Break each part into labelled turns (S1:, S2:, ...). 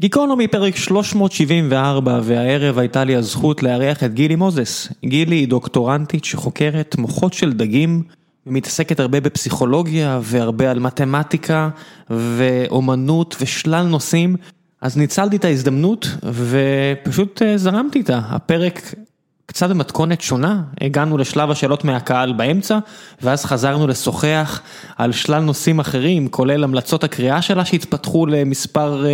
S1: גיקונומי פרק 374, והערב הייתה לי הזכות לארח את גילי מוזס. גילי היא דוקטורנטית שחוקרת מוחות של דגים, ומתעסקת הרבה בפסיכולוגיה והרבה על מתמטיקה ואומנות ושלל נושאים. אז ניצלתי את ההזדמנות ופשוט זרמתי איתה. הפרק קצת במתכונת שונה, הגענו לשלב השאלות מהקהל באמצע, ואז חזרנו לשוחח על שלל נושאים אחרים, כולל המלצות הקריאה שלה שהתפתחו למספר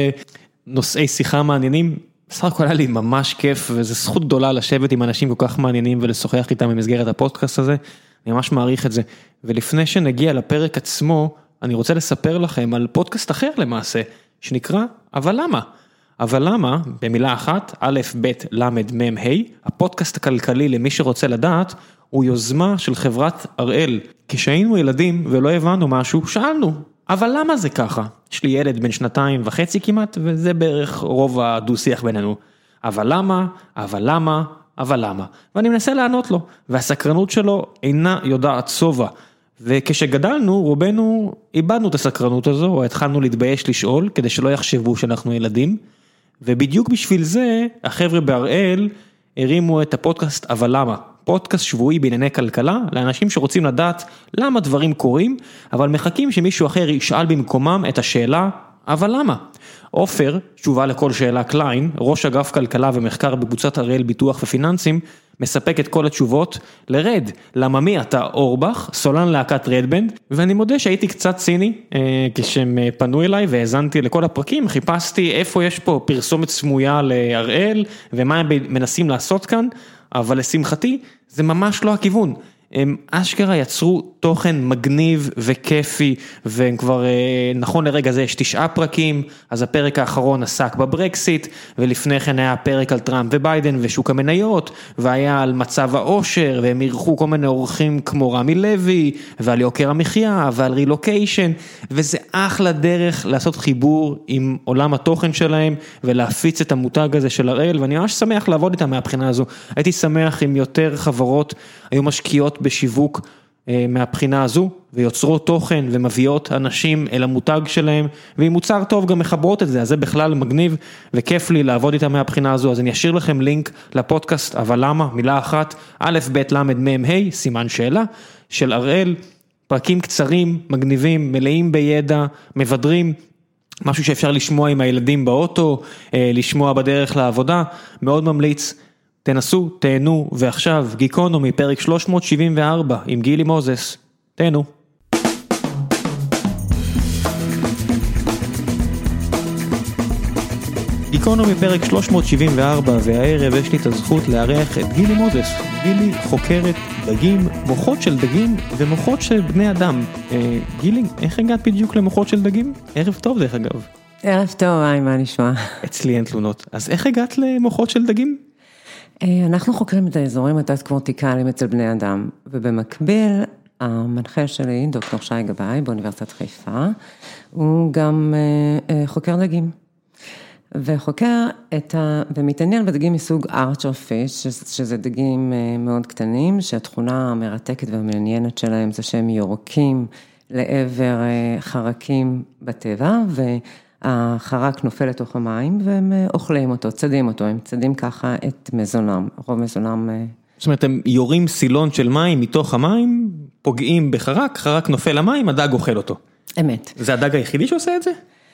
S1: נושאי שיחה מעניינים. בסך הכל היה לי ממש כיף, וזו זכות גדולה לשבת עם אנשים כל כך מעניינים ולשוחח איתם במסגרת הפודקאסט הזה. אני ממש מעריך את זה. ולפני שנגיע לפרק עצמו, אני רוצה לספר לכם על פודקאסט אחר למעשה, שנקרא אבל למה? אבל למה, במילה אחת, א', ב', ל', מ', ה', הפודקאסט הכלכלי למי שרוצה לדעת, הוא יוזמה של חברת הראל. כשהיינו ילדים ולא הבנו משהו, שאלנו, אבל למה זה ככה? יש לי ילד בן 2.5 כמעט, וזה בערך רוב הדו-שיח בינינו. אבל למה? אבל למה? אבל למה? ואני מנסה לענות לו, והסקרנות שלו אינה יודעת שובע. וכשגדלנו, רובנו איבדנו את הסקרנות הזו, או התחלנו להתבייש לשאול, כדי שלא יחשבו שאנחנו ילדים. ובדיוק בשביל זה, החבר'ה בהראל הרימו את הפודקאסט אבל למה? פודקאסט שבועי בענייני כלכלה, לאנשים שרוצים לדעת למה דברים קורים, אבל מחכים שמישהו אחר ישאל במקומם את השאלה, אבל למה? עופר, תשובה לכל שאלה קליין, ראש אגף כלכלה ומחקר בקבוצת הראל ביטוח ופיננסים, מספק את כל התשובות לרד, למה מי אתה אורבך, סולן להקת רדבנד, ואני מודה שהייתי קצת ציני, כשהם פנו אליי והאזנתי לכל הפרקים, חיפשתי איפה יש פה פרסומת סמויה להראל, ומה הם מנסים לעשות כאן, אבל לשמחתי זה ממש לא הכיוון. הם אשכרה יצרו תוכן מגניב וכיפי, והם כבר, נכון לרגע זה יש 9 פרקים, אז הפרק האחרון עסק בברקסיט, ולפני כן היה פרק על טראמפ וביידן ושוק המניות, והיה על מצב העושר, והם אירחו כל מיני אורחים כמו רמי לוי, ועל יוקר המחיה, ועל רילוקיישן, וזה אחלה דרך לעשות חיבור עם עולם התוכן שלהם, ולהפיץ את המותג הזה של הראל, ואני ממש שמח לעבוד איתם מהבחינה הזו. הייתי שמח אם יותר חברות היו משקיעות בשיווק מהבחינה הזו, ויוצרות תוכן ומביאות אנשים אל המותג שלהם, ועם מוצר טוב גם מחברות את זה, אז זה בכלל מגניב, וכיף לי לעבוד איתם מהבחינה הזו, אז אני אשאיר לכם לינק לפודקאסט, אבל למה? מילה אחת, א', ב', ל', מ', ה', סימן שאלה, של הראל, פרקים קצרים, מגניבים, מלאים בידע, מבדרים, משהו שאפשר לשמוע עם הילדים באוטו, לשמוע בדרך לעבודה, מאוד ממליץ, תנסו, תהנו, ועכשיו גיקונומי פרק 374 עם גילי מוזס, תהנו. גיקונומי פרק 374, והערב יש לי את הזכות לארח את גילי מוזס. גילי חוקרת דגים, מוחות של דגים ומוחות של בני אדם. גילי, איך הגעת בדיוק למוחות של דגים? ערב טוב דרך אגב.
S2: ערב טוב, מה נשמע?
S1: אצלי אין תלונות. אז איך הגעת למוחות של דגים?
S2: אנחנו חוקרים את האזורים התת-קורטיקליים אצל בני אדם, ובמקביל המנחה שלי, דוקטור שי גבאי באוניברסיטת חיפה, הוא גם חוקר דגים. וחוקר ומתעניין בדגים מסוג ארצ'רפיש, שזה דגים מאוד קטנים, שהתכונה המרתקת והמעניינת שלהם זה שהם יורקים לעבר חרקים בטבע, החרק נופל לתוך המים, והם אוכלים אותו, צדים אותו, הם צדים ככה את מזונם, רוב מזונם.
S1: זאת אומרת, הם יורים סילון של מים מתוך המים, פוגעים בחרק, חרק נופל למים, הדג אוכל אותו.
S2: אמת.
S1: זה הדג היחידי שעושה את זה?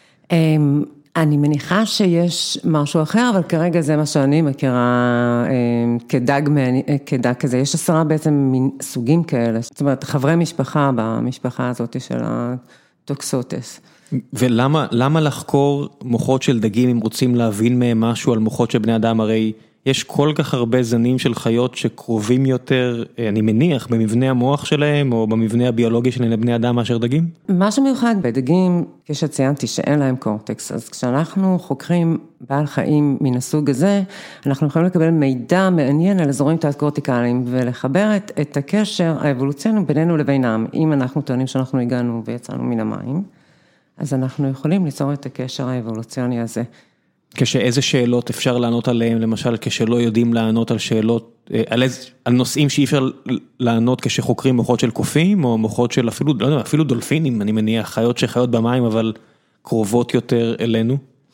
S2: אני מניחה שיש משהו אחר, אבל כרגע זה מה שאני מכירה כדג כזה. יש 10 בעצם סוגים כאלה, זאת אומרת, חברי משפחה במשפחה הזאת של הטוקסוטס.
S1: ולמה לחקור מוחות של דגים אם רוצים להבין מהם משהו על מוחות של בני אדם? הרי יש כל כך הרבה זנים של חיות שקרובים יותר, אני מניח, במבנה המוח שלהם או במבנה הביולוגי שלהם לבני אדם מאשר דגים?
S2: מה שמיוחד בדגים, כשציינתי שאין להם קורטקס, אז כשאנחנו חוקרים בעל חיים מן הסוג הזה, אנחנו יכולים לקבל מידע מעניין על אזורים תת-קורטיקליים ולחבר את הקשר האבולוציוני בינינו לבינם. אם אנחנו טוענים שאנחנו הגענו ויצאנו מן המים, אז אנחנו יכולים ליצור את הקשר האבולוציוני הזה.
S1: כשאיזה שאלות אפשר לענות עליהם, למשל כשלא יודעים לענות על שאלות, על נושאים שאי אפשר לענות כשחוקרים מוחות של קופים, או מוחות של אפילו, לא יודע, אפילו דולפינים, אני מניח, חיות שחיות במים, אבל קרובות יותר אלינו?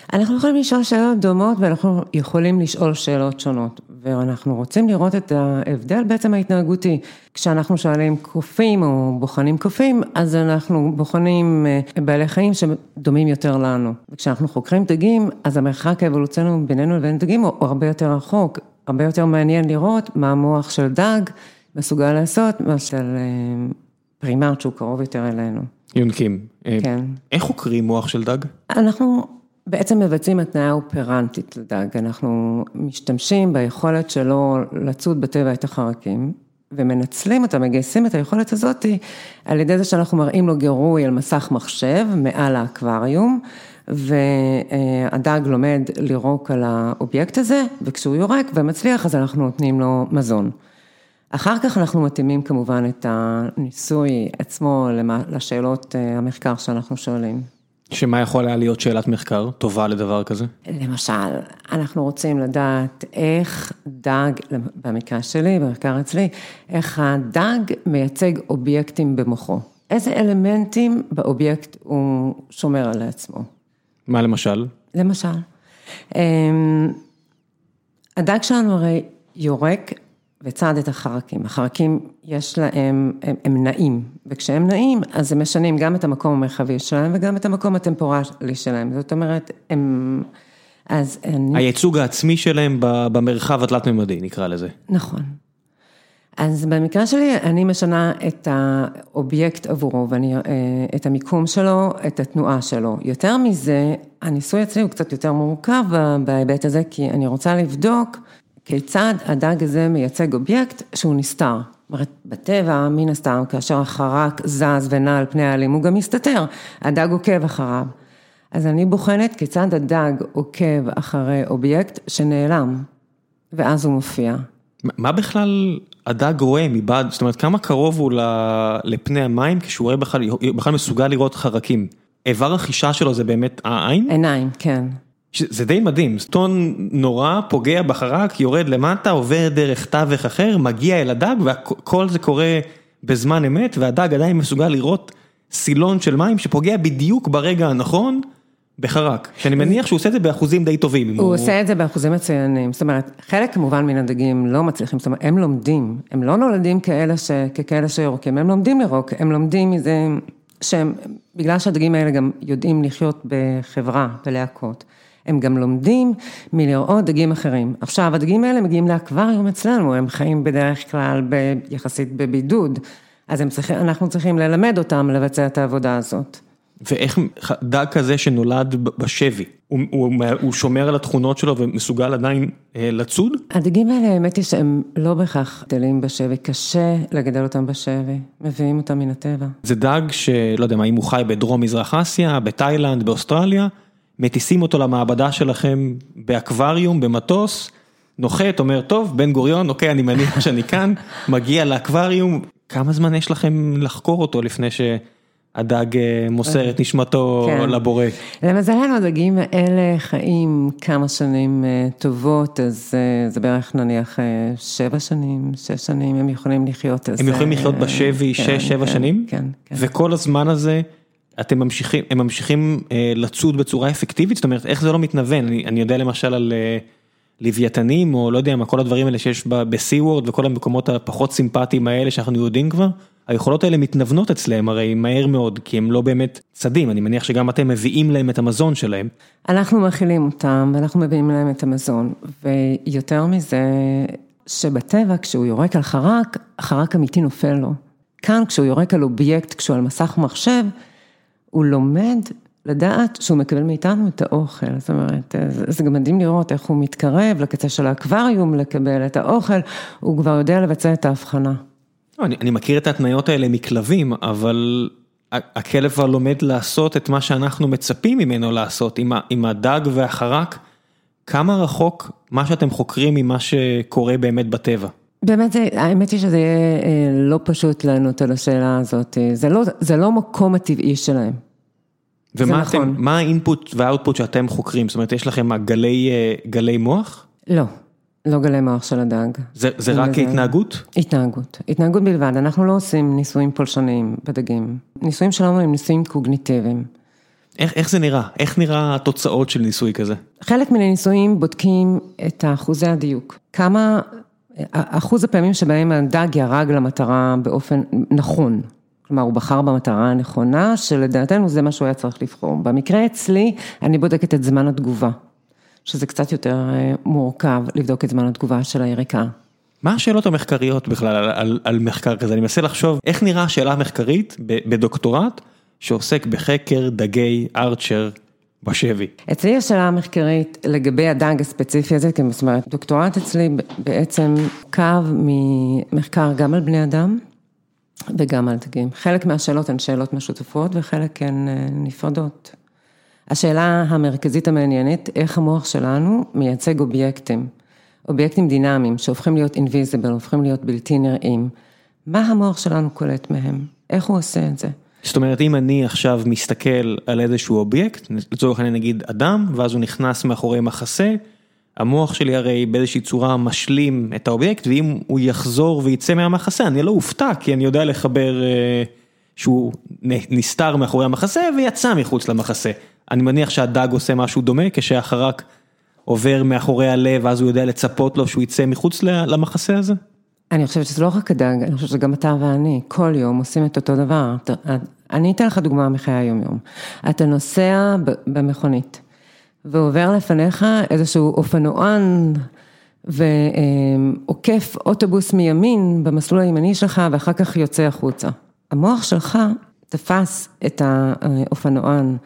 S2: אנחנו יכולים לשאול שאלות דומות, ואנחנו יכולים לשאול שאלות שונות, ואנחנו רוצים לראות את ההבדל בעצם ההתנהגותי. כשאנחנו שואלים קופים או בוחנים קופים, אז אנחנו בוחנים בעלי חיים שדומים יותר לנו. וכשאנחנו חוקרים דגים, אז המרחק האבולוציוני בינינו לבין דגים הוא הרבה יותר רחוק, הרבה יותר מעניין לראות מה המוח של דג מסוגל לעשות, מה של פרימט שהוא קרוב יותר אלינו.
S1: יונקים.
S2: כן.
S1: איך חוקרים מוח של דג?
S2: אנחנו בעצם מבצעים התנאה אופרנטית לדג, אנחנו משתמשים ביכולת שלו לצוד בטבע את החרקים, ומנצלים אותה, מגייסים את היכולת הזאת, על ידי זה שאנחנו מראים לו גירוי על מסך מחשב, מעל האקווריום, והדג לומד לירוק על האובייקט הזה, וכשהוא יורק ומצליח, אז אנחנו נותנים לו מזון. אחר כך אנחנו מתאימים כמובן את הניסוי עצמו לשאלות המחקר שאנחנו שואלים.
S1: שמה יכול היה להיות שאלת מחקר טובה לדבר כזה?
S2: למשל, אנחנו רוצים לדעת איך דג, במקרה שלי, במחקר אצלי, איך הדג מייצג אובייקטים במוחו. איזה אלמנטים באובייקט הוא שומר על עצמו.
S1: מה למשל?
S2: למשל, הדג שלנו הרי יורק וצד את החרקים. החרקים יש להם, הם נעים, וכשהם נעים, אז הם משנים גם את המקום המרחבי שלהם, וגם את המקום הטמפורלי שלהם. זאת אומרת, הם, אז
S1: הייצוג העצמי שלהם במרחב התלת-ממדי, נקרא לזה.
S2: נכון. אז במקרה שלי, אני משנה את האובייקט עבורו, את המיקום שלו, את התנועה שלו. יותר מזה, הניסוי אצלי הוא קצת יותר מורכב בהיבט הזה, כי אני רוצה לבדוק כיצד הדג הזה מייצג אובייקט שהוא נסתר. זאת אומרת, בטבע, מן הסתם, כאשר החרק זז ונע על פני העלים, הוא גם מסתתר. הדג עוקב אחריו. אז אני בוחנת כיצד הדג עוקב אחרי אובייקט שנעלם, ואז הוא מופיע.
S1: מה בכלל הדג רואה מבעד? זאת אומרת, כמה קרוב הוא לפני המים, כשהוא רואה בכלל מסוגל לראות חרקים? איבר החישה שלו זה באמת העין?
S2: עיניים, כן.
S1: זה די מדהים, סטון נורא, פוגע בחרק, יורד למטה, עובר דרך תווך אחר, מגיע אל הדג, וכל זה קורה בזמן אמת, והדג עדיין מסוגל לראות סילון של מים, שפוגע בדיוק ברגע הנכון, בחרק. שאני מניח שהוא עושה את זה באחוזים די טובים.
S2: הוא עושה את זה באחוזים מצוינים, זאת אומרת, חלק כמובן מן הדגים לא מצליחים, זאת אומרת, הם לומדים, הם לא נולדים ככאלה שיורקים, הם לומדים לרוק, הם לומדים מזה, שהם, בגלל שהדגים האלה גם יודעים לחיות בחברה, בלהקות. הם גם לומדים מלראות דגים אחרים. עכשיו, הדגים האלה מגיעים לאקווריום אצלנו, הם חיים בדרך כלל יחסית בבידוד, אז אנחנו צריכים ללמד אותם לבצע את העבודה הזאת.
S1: ואיך דג כזה שנולד בשבי, הוא שומר על התכונות שלו ומסוגל עדיין לצוד?
S2: הדגים האלה, האמת היא שהם לא בהכרח גדלים בשבי, קשה לגדל אותם בשבי, מביאים אותם מן הטבע.
S1: זה דג שלא יודע מה, אם הוא חי בדרום מזרח אסיה, בתאילנד, באוסטרליה, מטיסים אותו למעבדה שלכם באקווריום, במטוס, נוחת, אומר, טוב, בן גוריון, אוקיי, אני מניח שאני כאן, מגיע לאקווריום, כמה זמן יש לכם לחקור אותו לפני שהדג מוסר את נשמתו לבורא?
S2: למזלנו, הדגים האלה חיים כמה שנים טובות, אז זה בערך נניח 7 שנים, 6 שנים, הם יכולים לחיות.
S1: הם יכולים לחיות בשבי 6-7 שנים?
S2: כן.
S1: וכל הזמן הזה, הם ממשיכים לצוד בצורה אפקטיבית? זאת אומרת, איך זה לא מתנוון? אני יודע למשל על לוויתנים, או לא יודע מה, כל הדברים האלה שיש בסי-וורד, וכל המקומות הפחות סימפטיים האלה שאנחנו יודעים כבר, היכולות האלה מתנוונות אצלהם, הרי מהר מאוד, כי הם לא באמת צדים, אני מניח שגם אתם מביאים להם את המזון שלהם.
S2: אנחנו מכילים אותם, ואנחנו מביאים להם את המזון, ויותר מזה, שבטבע, כשהוא יורק על חרק, החרק אמיתי נופל לו. כאן, כשהוא יורק על אובייקט, כשהוא על מסך מחשב, הוא לומד לדעת שהוא מקבל מאיתנו את האוכל, זאת אומרת, זה גם מדהים לראות איך הוא מתקרב לקצה של האקווריום, לקבל את האוכל, הוא כבר יודע לבצע את ההבחנה.
S1: אני מכיר את התניות האלה מכלבים, אבל הכלב כבר לומד לעשות את מה שאנחנו מצפים ממנו לעשות, עם הדג והחרק, כמה רחוק מה שאתם חוקרים ממה שקורה באמת בטבע?
S2: באמת, האמת היא שזה יהיה לא פשוט לענות על השאלה הזאת, זה לא מקום הטבעי שלהם.
S1: ומה האינפוט והאוטפוט שאתם חוקרים? זאת אומרת, יש לכם גלי מוח?
S2: לא גלי מוח של הדג.
S1: זה רק התנהגות?
S2: התנהגות בלבד. אנחנו לא עושים ניסויים פולשניים בדגים. ניסויים שלנו הם ניסויים קוגניטיביים.
S1: איך זה נראה? איך נראה התוצאות של ניסוי כזה?
S2: חלק מן הניסויים בודקים את אחוזי הדיוק. כמה, אחוז הפעמים שבהם הדג ירג למטרה באופן נכון. כלומר, הוא בחר במטרה הנכונה, שלדעתנו זה מה שהוא היה צריך לבחור. במקרה אצלי, אני בודקת את זמן התגובה, שזה קצת יותר מורכב לבדוק את זמן התגובה של היריקה.
S1: מה השאלות המחקריות בכלל על מחקר כזה? אני מנסה לחשוב איך נראה השאלה המחקרית בדוקטורט שעוסק בחקר דגי ארצ'ר בשבי.
S2: אצלי השאלה המחקרית לגבי הדג הספציפי הזה, זאת אומרת, דוקטורט אצלי בעצם קו ממחקר גם על בני אדם וגם על דגים. חלק מהשאלות הן שאלות משותפות וחלק הן נפרדות. השאלה המרכזית המעניינת, איך המוח שלנו מייצג אובייקטים דינמיים שהופכים להיות invisible, הופכים להיות בלתי נראים. מה המוח שלנו קולט מהם? איך הוא עושה את זה?
S1: זאת אומרת, אם אני עכשיו מסתכל על איזשהו אובייקט, לצורך העניין נגיד אדם, ואז הוא נכנס מאחורי מחסה, המוח שלי הרי באיזושהי צורה משלים את האובייקט, ואם הוא יחזור ויצא מהמחסה, אני לא אופתע, כי אני יודע לחבר שהוא נסתר מאחורי המחסה, ויצא מחוץ למחסה. אני מניח שהדג עושה משהו דומה, כשהחרק עובר מאחורי הלב, ואז הוא יודע לצפות לו שהוא יצא מחוץ למחסה הזה?
S2: אני חושבת שזה לא רק הדג, אני חושבת שזה גם אתה ואני, כל יום עושים את אותו דבר. אני אתן לך דוגמה מחיי היום-יום. אתה נוסע במכונית, ועובר לפניך איזשהו אופנוען, ועוקף אוטובוס מימין במסלול הימני שלך, ואחר כך יוצא החוצה. המוח שלך תפס את האופנוען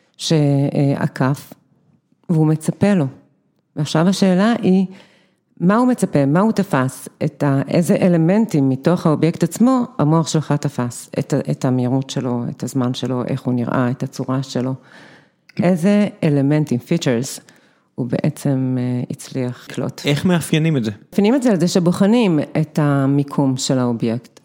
S2: שעקף, והוא מצפה לו. ועכשיו השאלה היא, מה הוא מצפה, מה הוא תפס, איזה אלמנטים מתוך האובייקט עצמו, המוח שלך תפס, את המהירות שלו, את הזמן שלו, איך הוא נראה, את הצורה שלו, איזה אלמנטים, features, הוא בעצם הצליח לקלוט.
S1: איך מאפיינים את זה?
S2: מאפיינים את זה על זה שבוחנים את המיקום של האובייקט,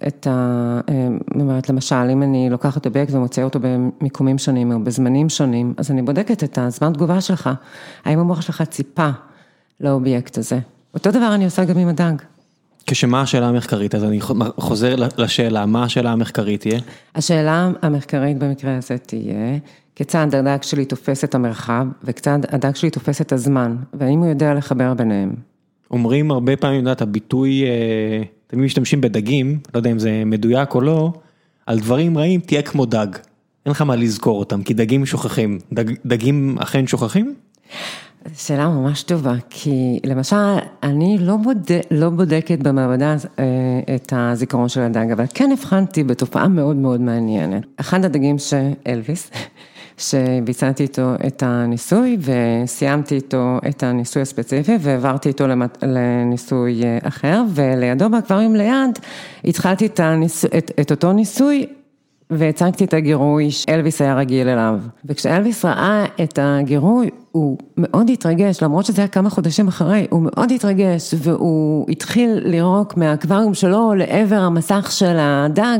S2: למשל, אם אני לוקחת אובייקט ומוצאה אותו במיקומים שונים או בזמנים שונים, אז אני בודקת את הזמן תגובה שלך, האם המוח שלך ציפה לאובייקט הזה. אותו דבר אני עושה גם עם הדג.
S1: כשמה השאלה המחקרית, אז אני חוזר לשאלה, מה השאלה המחקרית תהיה?
S2: השאלה המחקרית במקרה הזה תהיה, כיצד הדג שלי תופס את המרחב, וכיצד הדג שלי תופס את הזמן, והאם הוא יודע לחבר ביניהם.
S1: אומרים הרבה פעמים, יודעת, הביטוי, תמיד משתמשים בדגים, לא יודע אם זה מדויק או לא, על דברים רעים תהיה כמו דג. אין לך מה לזכור אותם, כי דגים שוכחים. דגים אכן שוכחים?
S2: שאלה ממש טובה, כי למשל, אני לא בודקת במעבדה את הזיכרון של הדג, אבל כן הבחנתי בתופעה מאוד מאוד מעניינת. אחד הדגים שאלוויס, שביצעתי איתו את הניסוי, וסיימתי איתו את הניסוי הספציפי, ועברתי איתו לניסוי אחר, ולידו באקווריום ליד, התחלתי את אותו ניסוי, והצגתי את הגירוי שאלוויס היה רגיל אליו. וכשאלוויס ראה את הגירוי, הוא מאוד התרגש, למרות שזה היה כמה חודשים אחרי, הוא מאוד התרגש, והוא התחיל לירוק מהאקווריום שלו לעבר המסך של הדג,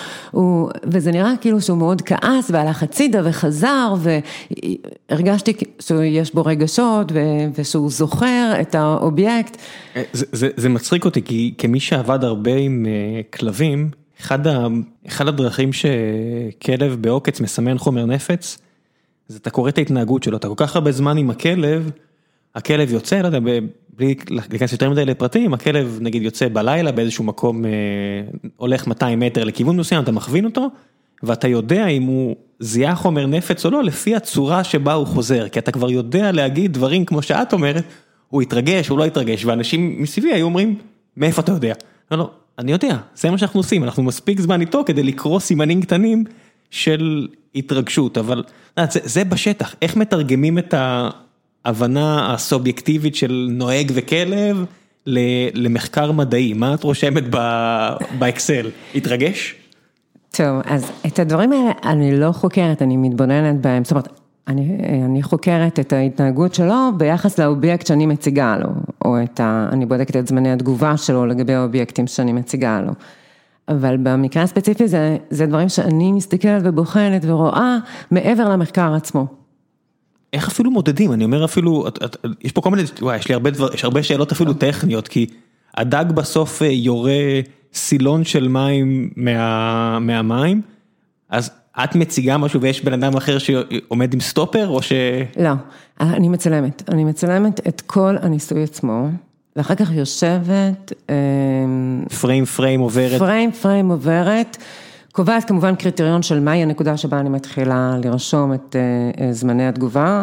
S2: וזה נראה כאילו שהוא מאוד כעס, והלך הצידה וחזר, והרגשתי שיש בו רגשות, ושהוא זוכר את האובייקט.
S1: זה מצחיק אותי, כי כמי שעבד הרבה עם כלבים, אחד הדרכים שכלב בעוקץ מסמן חומר נפץ, זה אתה קורא את ההתנהגות שלו, אתה כל כך הרבה זמן עם הכלב יוצא, לא יודע, בלי להיכנס יותר מדי לפרטים, הכלב נגיד יוצא בלילה באיזשהו מקום, הולך 200 מטר לכיוון מסוים, אתה מכווין אותו, ואתה יודע אם הוא זיהה חומר נפץ או לא, לפי הצורה שבה הוא חוזר, כי אתה כבר יודע להגיד דברים כמו שאת אומרת, הוא יתרגש, הוא לא יתרגש, ואנשים מסביבי היו אומרים, מאיפה אתה יודע? לא, אני יודע, זה מה שאנחנו עושים, אנחנו מספיק זמן איתו כדי לקרוא סימנים קטנים של התרגשות, אבל זה בשטח, איך מתרגמים את ההבנה הסובייקטיבית של נוהג וכלב למחקר מדעי, מה את רושמת באקסל? התרגש?
S2: טוב, אז את הדברים האלה אני לא חוקרת, אני מתבוננת בהם, זאת אומרת, אני חוקרת את ההתנהגות שלו ביחס לאובייקט שאני מציגה לו, או אני בודקת את זמני התגובה שלו לגבי האובייקטים שאני מציגה לו. אבל במקרה הספציפי זה דברים שאני מסתכלת ובוחנת ורואה מעבר למחקר עצמו.
S1: איך אפילו מודדים? אני אומר אפילו, יש פה כל מיני, יש הרבה שאלות אפילו טכניות, כי הדג בסוף יורה סילון של מים מהמים, אז את מציגה משהו ויש בן אדם אחר שעומד עם סטופר או ש...
S2: לא, אני מצלמת את כל הניסוי עצמו, ואחר כך יושבת...
S1: פריים עוברת.
S2: פריים עוברת, קובעת כמובן קריטריון של מהי הנקודה שבה אני מתחילה לרשום את זמני התגובה,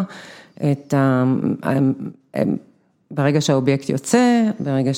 S2: ברגע שהאובייקט יוצא, ברגע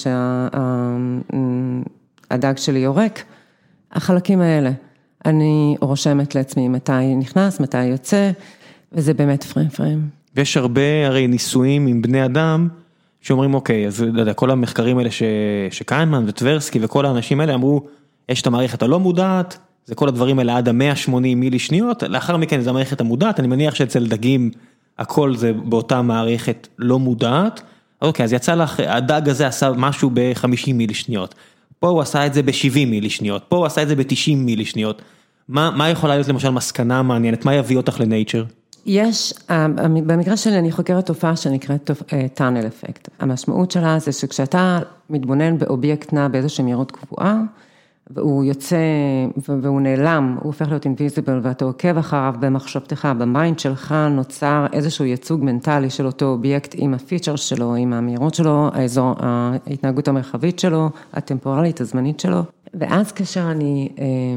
S2: שהדג שלי יורק, החלקים האלה. אני רושמת לעצמי מתי נכנס, מתי יוצא, וזה באמת פריים.
S1: ויש הרבה הרי ניסויים עם בני אדם, שאומרים אוקיי, אז כל המחקרים האלה שקיינמן וטברסקי וכל האנשים האלה אמרו, יש את המערכת הלא מודעת, זה כל הדברים האלה עד ה-180 מילי שניות, לאחר מכן זה המערכת המודעת, אני מניח שאצל דגים הכל זה באותה מערכת לא מודעת, אוקיי, אז יצא לך, הדג הזה עשה משהו ב-50 מילי שניות, פה הוא עשה את זה ב-70 מילי שניות, פה הוא עשה את זה ב-90 מילי שניות, מה יכולה להיות למשל מסקנה מעניינת, מה יביא אותך לנייצ'ר?
S2: יש, במקרה שלי אני חוקרת תופעה שנקראת טאנל אפקט. המשמעות שלה זה שכשאתה מתבונן באובייקט נע באיזושהי מהירות קבועה, והוא יוצא והוא נעלם, הוא הופך להיות אינביזיבל, ואתה עוקב אחריו במחשבתך, במיינד שלך נוצר איזשהו ייצוג מנטלי של אותו אובייקט עם הפיצ'ר שלו, עם המהירות שלו, ההתנהגות המרחבית שלו, הטמפורלית, הזמנית שלו. ואז כאשר אני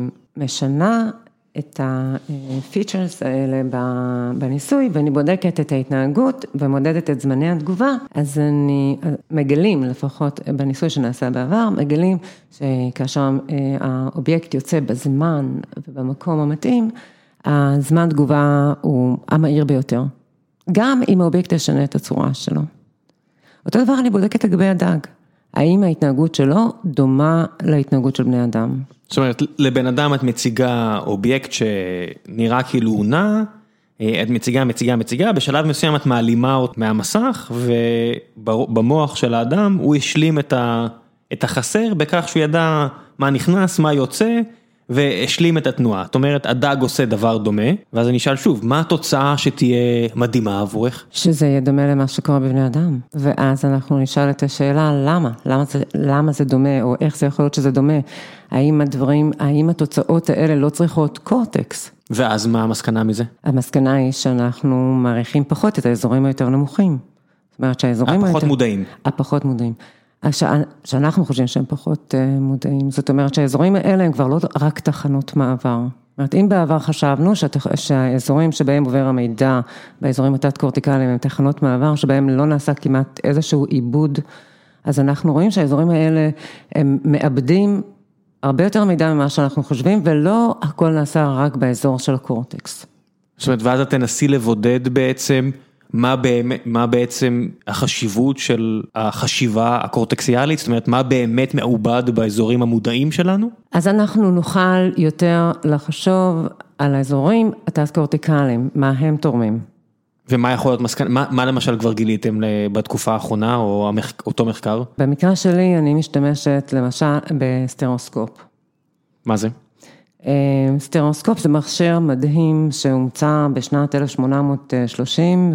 S2: משנה את הפיצ'רס האלה בניסוי, ואני בודקת את ההתנהגות, ומודדת את זמני התגובה, אז אני מגלים, לפחות בניסוי שנעשה בעבר, מגלים שכאשר האובייקט יוצא בזמן ובמקום המתאים, הזמן תגובה הוא המהיר ביותר. גם אם האובייקט ישנה את הצורה שלו. אותו דבר אני בודקת לגבי הדג. האם ההתנהגות שלו דומה להתנהגות של בני אדם?
S1: זאת אומרת, לבן אדם את מציגה אובייקט שנראה כאילו הוא נע, את מציגה, בשלב מסוים את מעלימה אותו מהמסך, ובמוח של האדם הוא השלים את החסר, בכך שהוא ידע מה נכנס, מה יוצא, והשלים את התנועה. זאת אומרת, הדג עושה דבר דומה, ואז אני אשאל שוב, מה התוצאה שתהיה מדהימה עבורך?
S2: שזה יהיה דומה למה שקורה בבני אדם. ואז אנחנו נשאל את השאלה, למה זה דומה, או איך זה יכול להיות שזה דומה? האם התוצאות האלה לא צריכות קורטקס?
S1: ואז מה המסקנה מזה?
S2: המסקנה היא שאנחנו מעריכים פחות את האזורים היותר נמוכים. זאת אומרת שהאזורים
S1: הפחות מודעים.
S2: הפחות מודעים. שאנחנו חושבים שהם פחות מודעים, זאת אומרת שהאזורים האלה הם כבר לא רק תחנות מעבר. זאת אומרת, אם בעבר חשבנו שהאזורים שבהם עובר המידע, באזורים התת-קורטיקליים הם תחנות מעבר, שבהם לא נעשה כמעט איזשהו עיבוד, אז אנחנו רואים שהאזורים האלה הם מאבדים הרבה יותר מידע ממה שאנחנו חושבים, ולא הכל נעשה רק באזור של הקורטקס.
S1: זאת אומרת, ואז את תנסי לבודד בעצם מה בעצם החשיבות של החשיבה הקורטקסיאלית, זאת אומרת, מה באמת מעובד באזורים המודעים שלנו?
S2: אז אנחנו נוכל יותר לחשוב על האזורים התת-קורטיקליים, מה הם תורמים.
S1: ומה יכול להיות מסקנה, מה למשל כבר גיליתם בתקופה האחרונה, או אותו מחקר?
S2: במקרה שלי אני משתמשת למשל בסטרוסקופ.
S1: מה זה?
S2: סטרוסקופ זה מכשיר מדהים שהומצא בשנת 1830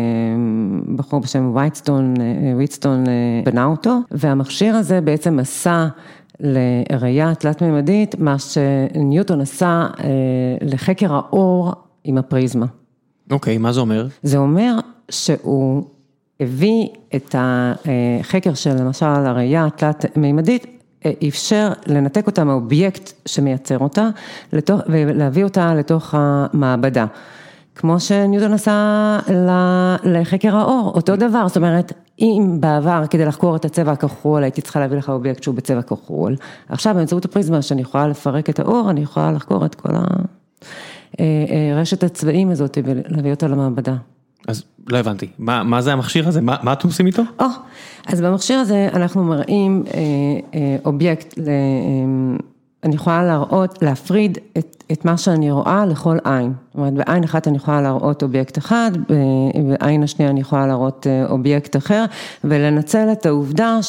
S2: בחור בשם וויטסטון בנה אותו, והמכשיר הזה בעצם עשה לראייה תלת-ממדית מה שניוטון עשה לחקר האור עם הפריזמה.
S1: אוקיי, מה זה אומר?
S2: זה אומר שהוא הביא את החקר של למשל הראייה התלת-ממדית, אפשר לנתק אותה מהאובייקט שמייצר אותה, ולהביא אותה לתוך המעבדה. כמו שניוטון עשה לחקר האור, אותו דבר, זאת אומרת, אם בעבר כדי לחקור את הצבע הכחול, הייתי צריכה להביא לך אובייקט שהוא בצבע כחול, עכשיו באמצעות הפריזמה שאני יכולה לפרק את האור, אני יכולה לחקור את כל הרשת הצבעים הזאת ולהביא אותה למעבדה.
S1: אז לא הבנתי, מה זה המכשיר הזה? מה אתם עושים איתו?
S2: אז במכשיר הזה אנחנו מראים אובייקט, אני יכולה להפריד את מה שאני רואה לכל עין. זאת אומרת, בעין אחת אני יכולה להראות אובייקט אחד, בעין השנייה אני יכולה להראות אובייקט אחר, ולנצל את העובדה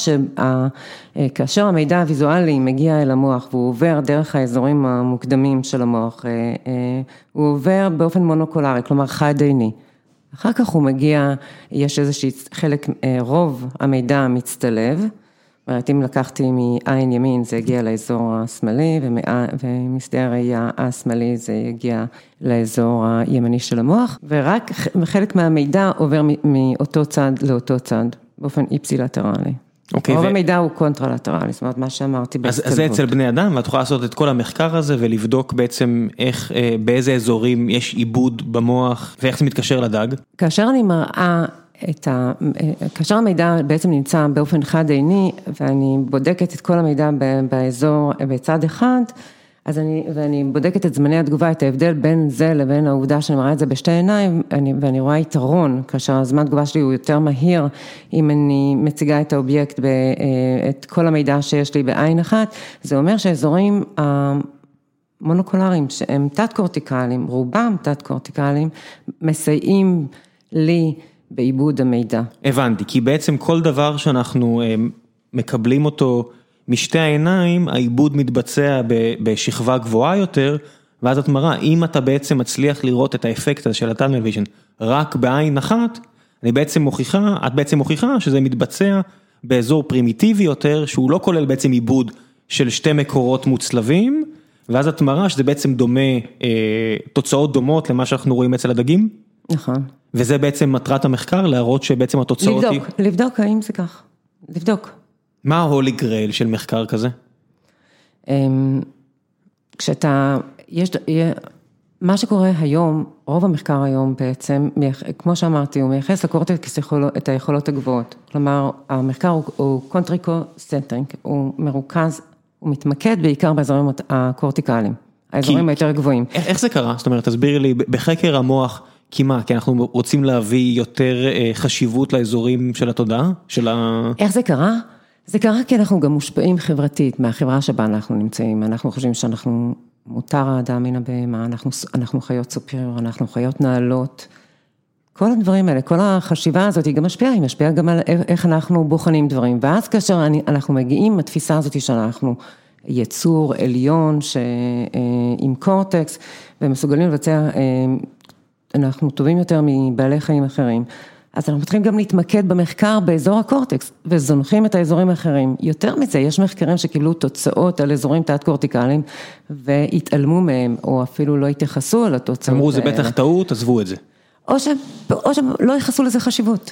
S2: שכאשר המידע הוויזואלי מגיע אל המוח, והוא עובר דרך האזורים המוקדמים של המוח, הוא עובר באופן מונוקולרי, כלומר חד עיני. אחר כך הוא מגיע, יש איזושהי חלק, רוב המידע מצטלב, זאת אומרת, אם לקחתי מעין ימין, זה הגיע לאזור השמאלי, ומשדה הראייה השמאלי זה הגיע לאזור הימני של המוח, ורק חלק מהמידע עובר מאותו צד לאותו צד, באופן איפסילטרלי. רוב המידע הוא קונטרלטרלי, זאת אומרת, מה שאמרתי בהצטלבות.
S1: אז זה אצל בני אדם, ואת יכולה לעשות את כל המחקר הזה, ולבדוק בעצם איך, באיזה אזורים יש עיבוד במוח, ואיך זה מתקשר לדג.
S2: כאשר אני מראה כאשר המידע בעצם נמצא באופן חד עיני, ואני בודקת את כל המידע באזור, בצד אחד, ואני בודקת את זמני התגובה, את ההבדל בין זה לבין העובדה שאני מראה את זה בשתי עיניים, ואני רואה יתרון, כאשר הזמן התגובה שלי הוא יותר מהיר, אם אני מציגה את האובייקט, את כל המידע שיש לי בעין אחת, זה אומר שהאזורים המונוקולריים, שהם תת-קורטיקליים, רובם תת-קורטיקליים, מסייעים לי בעיבוד המידע.
S1: הבנתי, כי בעצם כל דבר שאנחנו מקבלים אותו משתי העיניים, העיבוד מתבצע בשכבה גבוהה יותר, ואז את מראה, אם אתה בעצם מצליח לראות את האפקט הזה של הטאנל ויז'ן רק בעין אחת, את בעצם מוכיחה שזה מתבצע באזור פרימיטיבי יותר, שהוא לא כולל בעצם עיבוד של שתי מקורות מוצלבים, ואז את מראה שזה בעצם דומה, תוצאות דומות למה שאנחנו רואים אצל הדגים.
S2: נכון.
S1: וזה בעצם מטרת המחקר, להראות שבעצם התוצאות היא...
S2: לבדוק האם זה כך. לבדוק.
S1: מה ההולי גרייל של מחקר כזה?
S2: מה שקורה היום, רוב המחקר היום בעצם, כמו שאמרתי, הוא מייחס לקורטקס את היכולות הגבוהות. כלומר, המחקר הוא קונטריקו-סנטרינג, הוא מרוכז, הוא מתמקד בעיקר באזורים הקורטיקליים, האזורים היותר גבוהים. איך
S1: זה קרה? זאת אומרת, תסבירי לי, בחקר המוח, כי מה? כי אנחנו רוצים להביא יותר חשיבות לאזורים של התודעה?
S2: איך זה קרה? זה קרה כי אנחנו גם מושפעים חברתית מהחברה שבה אנחנו נמצאים. אנחנו חושבים שאנחנו מותר האדם מן הבהמה, אנחנו חיות סופריור, אנחנו חיות נעלות. כל הדברים האלה, כל החשיבה הזאת היא גם משפיעה, היא משפיעה גם על איך אנחנו בוחנים דברים. ואז כאשר אנחנו מגיעים, התפיסה הזאת שאנחנו יצור עליון עם קורטקס, ומסוגלים לבצע, אנחנו טובים יותר מבעלי חיים אחרים. אז אנחנו מתחילים גם להתמקד במחקר באזור הקורטקס, וזונחים את האזורים האחרים. יותר מזה, יש מחקרים שקיבלו תוצאות על אזורים תת-קורטיקליים, והתעלמו מהם, או אפילו לא התייחסו על התוצאות.
S1: אמרו, זה בטח טעות, עזבו את זה.
S2: או שלא ייחסו לזה חשיבות.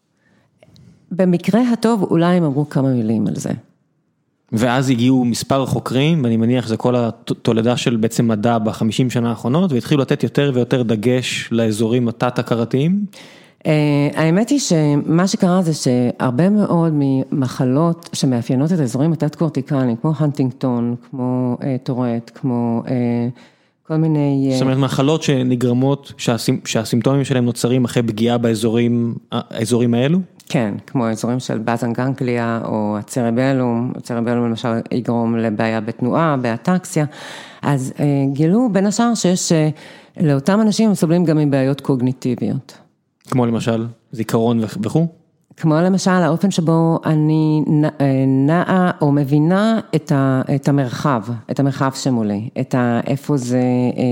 S2: במקרה הטוב, אולי הם אמרו כמה מילים על זה.
S1: ואז הגיעו מספר חוקרים, ואני מניח שזה כל התולדה של בעצם מדע ב50 שנה האחרונות, והתחילו לתת יותר ויותר דגש לאזורים התת-הכרתיים.
S2: האמת היא שמה שקרה זה שהרבה מאוד ממחלות שמאפיינות את האזורים התת-קורטיקליים, כמו הנטינגטון, כמו טורט, כמו כל מיני...
S1: זאת אומרת, מחלות שנגרמות, שהסימפטומים שלהם נוצרים אחרי פגיעה באזורים האלו?
S2: כן, כמו האזורים של בזן גנגליה או הצרבלום, הצרבלום למשל יגרום לבעיה בתנועה, באטקסיה, אז גילו בין השאר שיש לאותם אנשים סובלים גם מבעיות קוגניטיביות.
S1: כמו למשל זיכרון וכו'?
S2: כמו למשל האופן שבו אני נעה או מבינה את המרחב שמולי, איפה זה,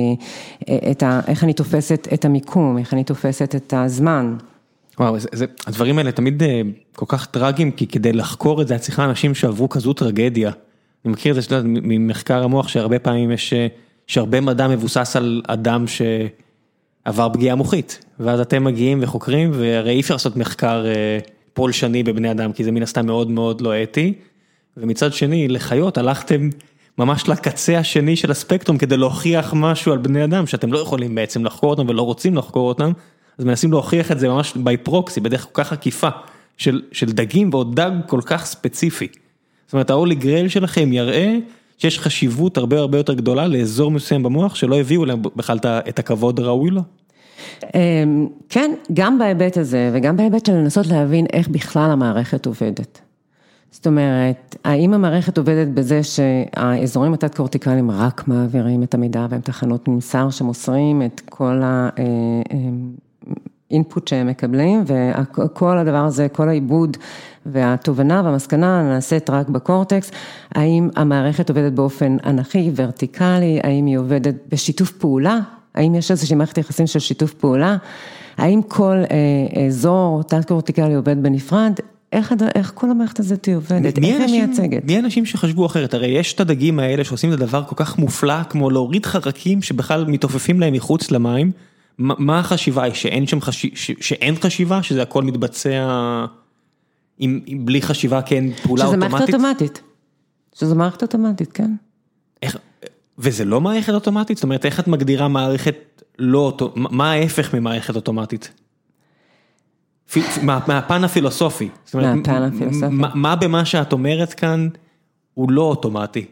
S2: איך אני תופסת את המיקום, איך אני תופסת את הזמן.
S1: וואו, הדברים האלה תמיד כל כך טרגיים, כי כדי לחקור את זה, צריכה אנשים שעברו כזו טרגדיה. אני מכיר את זה ממחקר המוח, שהרבה פעמים יש, שהרבה מדע מבוסס על אדם שעבר פגיעה מוחית, ואז אתם מגיעים וחוקרים, והרי אי אפשר לעשות מחקר פולשני בבני אדם, כי זה מן הסתם מאוד מאוד לא אתי, ומצד שני, לחיות, הלכתם ממש לקצה השני של הספקטרום, כדי להוכיח משהו על בני אדם, שאתם לא יכולים בעצם לחקור אותם, ולא רוצים לחקור אותם, אז מנסים להוכיח את זה ממש by-proxy, בדרך כל כך עקיפה, של דגים, ועוד דג כל כך ספציפי. זאת אומרת, ההולי גרייל שלכם יראה, שיש חשיבות הרבה הרבה יותר גדולה, לאזור מסוים במוח, שלא הביאו להם בכלל את הכבוד הראוי לו.
S2: כן, גם בהיבט הזה, וגם בהיבט של לנסות להבין איך בכלל המערכת עובדת. זאת אומרת, האם המערכת עובדת בזה שהאזורים התת-קורטיקליים רק מעבירים את המידע, והם תחנות ממסר שמוסרים את כל האינפוט שהם מקבלים, וכל הדבר הזה, כל העיבוד והתובנה והמסקנה נעשית רק בקורטקס, האם המערכת עובדת באופן אנכי, ורטיקלי, האם היא עובדת בשיתוף פעולה, האם יש איזושהי מערכת יחסים של שיתוף פעולה, האם כל אזור תת-קורטיקלי עובד בנפרד, איך כל המערכת הזאת עובדת, איך היא מייצגת.
S1: מי האנשים שחשבו אחרת? הרי יש את הדגים האלה שעושים את הדבר כל כך מופלא, כמו להוריד חרקים שבכלל מתעופפים להם מחוץ למים. מה החשיבה היא? שאין חשיבה? שזה הכל מתבצע בלי חשיבה, כן, פעולה אוטומטית?
S2: שזה מערכת אוטומטית, כן.
S1: וזה לא מערכת אוטומטית? זאת אומרת, איך את מגדירה מערכת לא אוטומטית? מה ההפך ממערכת אוטומטית? מהפן הפילוסופי.
S2: מהפן הפילוסופי.
S1: מה במה שאת אומרת כאן הוא לא אוטומטי?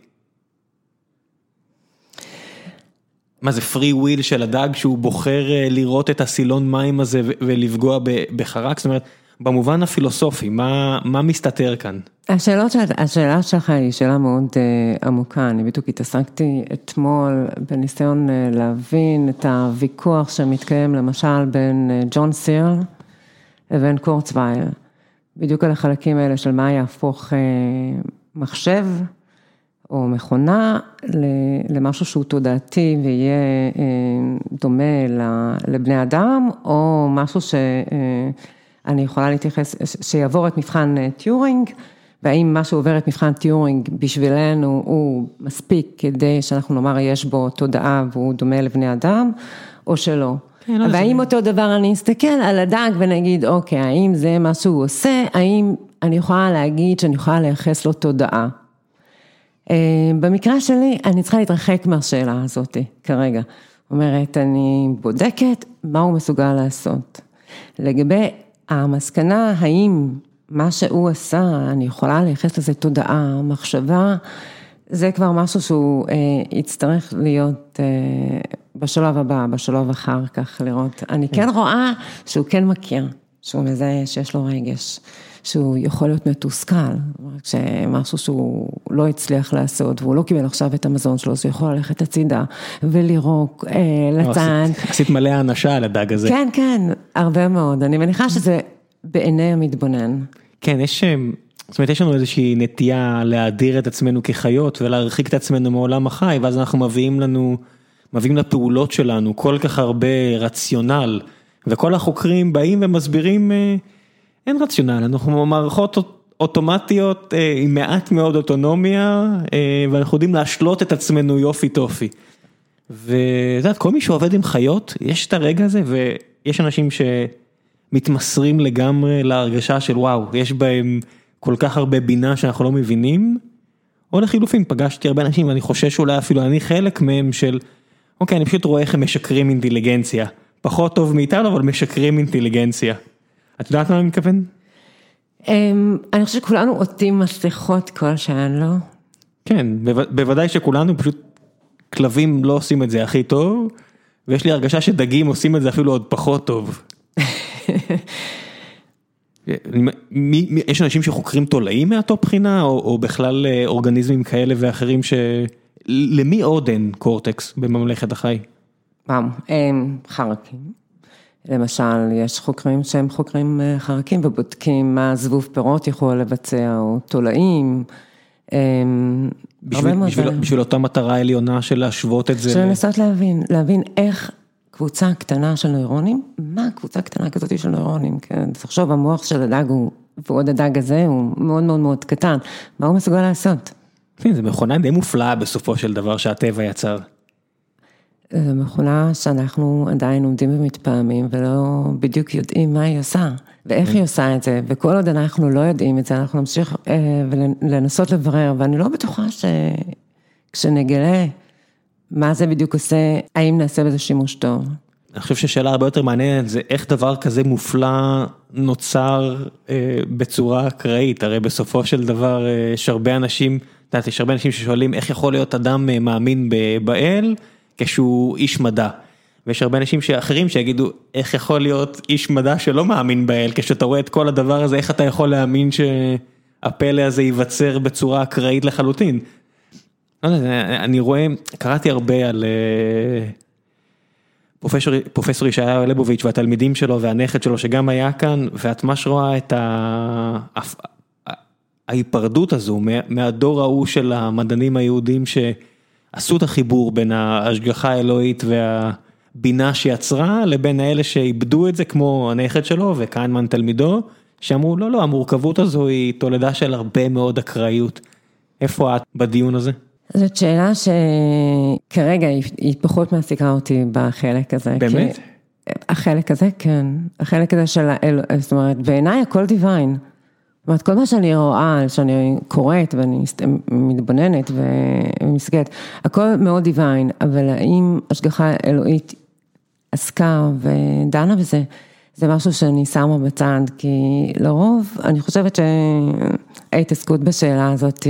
S1: מה זה free will של הדג שהוא בוחר לראות את הסילון מים הזה ולפגוע בחרק? זאת אומרת, במובן הפילוסופי, מה מסתתר כאן?
S2: השאלה שלך היא שאלה מאוד עמוקה, אני בדיוק התעסקתי אתמול בניסיון להבין את הוויכוח שמתקיים למשל בין ג'ון סירל לבין קורצווייל, בדיוק על החלקים האלה של מה יהפוך מחשב או מכונה למשהו שהוא תודעתי ויהיה דומה לבני אדם, או משהו שאני יכולה להתייחס, שיעבור את מבחן טיורינג, והאם מה שעובר את מבחן טיורינג בשבילנו הוא מספיק כדי שאנחנו נאמר יש בו תודעה והוא דומה לבני אדם, או שלא. והאם אותו דבר אני אסתכל על הדג ונגיד, אוקיי, האם זה מה שהוא עושה, האם אני יכולה להגיד שאני יכולה לייחס לו תודעה. במקרה שלי, אני צריכה להתרחק מהשאלה הזאת כרגע. אומרת, אני בודקת מה הוא מסוגל לעשות. לגבי המסקנה, האם מה שהוא עשה, אני יכולה לייחס לזה תודעה, מחשבה, זה כבר משהו שהוא יצטרך להיות בשלב הבא, בשלב אחר כך לראות. אני כן רואה שהוא כן מכיר, שהוא מזהה שיש לו רגש, שהוא יכול להיות מתוסכל, שמשהו שהוא לא הצליח לעשות, והוא לא קיבל עכשיו את המזון שלו, אז הוא יכול ללכת הצידה ולרוק לצד.
S1: עשית מלא האנשה על הדג הזה.
S2: כן, כן, הרבה מאוד. אני מניחה שזה בעיני המתבונן.
S1: כן, זאת אומרת, יש לנו איזושהי נטייה להאדיר את עצמנו כחיות, ולהרחיק את עצמנו מעולם החי, ואז אנחנו מביאים לפעולות שלנו כל כך הרבה רציונל, וכל החוקרים באים ומסבירים, אין רציונל, אנחנו מערכות אוטומטיות עם מעט מאוד אוטונומיה, ואנחנו יודעים להשלות את עצמנו יופי טופי. וזאת, כל מי שעובד עם חיות, יש את הרגע הזה, ויש אנשים שמתמסרים לגמרי להרגשה של וואו, יש בהם כל כך הרבה בינה שאנחנו לא מבינים, או לחילופין, פגשתי הרבה אנשים, ואני חושש שאולי אפילו אני חלק מהם של, אוקיי, אני פשוט רואה איך הם משקרים אינטליגנציה, פחות טוב מאיתנו, אבל משקרים אינטליגנציה. את יודעת מה אני מתכוון?
S2: אני חושבת שכולנו עוטים מסכות כל שהן, לא?
S1: כן, בוודאי שכולנו, פשוט כלבים לא עושים את זה הכי טוב, ויש לי הרגשה שדגים עושים את זה אפילו עוד פחות טוב. יש אנשים שחוקרים תולעים מאותו בחינה, או בכלל אורגניזמים כאלה ואחרים למי עוד אין קורטקס בממלכת החי?
S2: חרקים. למשל, יש חוקרים שהם חוקרים חרקים ובודקים מה זבוב פירות יכול לבצע, או תולעים.
S1: בשביל אותה מטרה עליונה של להשוות את זה.
S2: של לנסות להבין איך קבוצה קטנה של נוירונים, מה קבוצה קטנה כזאת של נוירונים, כן? תחשוב, המוח של הדג הוא, ועוד הדג הזה הוא מאוד מאוד מאוד קטן, מה הוא מסוגל לעשות?
S1: כן, זה מכונה די מופלאה בסופו של דבר שהטבע יצר.
S2: זו מכונה שאנחנו עדיין עומדים ומתפעמים, ולא בדיוק יודעים מה היא עושה, ואיך היא עושה את זה, וכל עוד אנחנו לא יודעים את זה, אנחנו נמשיך ולנסות לברר, ואני לא בטוחה שכשנגלה מה זה בדיוק עושה, האם נעשה בזה שימוש טוב.
S1: אני חושב ששאלה הרבה יותר מעניינת, זה איך דבר כזה מופלא נוצר בצורה אקראית, הרי בסופו של דבר יש הרבה אנשים, יש הרבה אנשים ששואלים איך יכול להיות אדם מאמין באל, כשהוא איש מדע. ויש הרבה אנשים אחרים שיגידו, איך יכול להיות איש מדע שלא מאמין באל, כשאתה רואה את כל הדבר הזה, איך אתה יכול להאמין שהפלא הזה ייווצר בצורה אקראית לחלוטין? אני רואה, קראתי הרבה על פרופסור ישעיהו ליבוביץ' והתלמידים שלו והנכד שלו שגם היה כאן, ואת ממש רואה את ההיפרדות הזו מהדור ההוא של המדענים היהודים שעשו את החיבור בין ההשגחה האלוהית והבינה שיצרה, לבין האלה שאיבדו את זה כמו הנכד שלו וכהנמן תלמידו, שאמרו, לא, המורכבות הזו היא תולדה של הרבה מאוד אקראיות. איפה את בדיון הזה?
S2: זאת שאלה שכרגע היא פחות מעסיקה אותי בחלק הזה.
S1: באמת?
S2: החלק הזה, כן. החלק הזה של זאת אומרת, בעיניי הכל דיוויין. זאת אומרת, כל מה שאני רואה, שאני קוראת ואני מתבוננת ומסתכלת, הכל מאוד דיוויין, אבל האם השגחה אלוהית עסקה ודנה בזה, זה משהו שאני שמה בצד, כי לרוב אני חושבת שההתעסקות בשאלה הזאת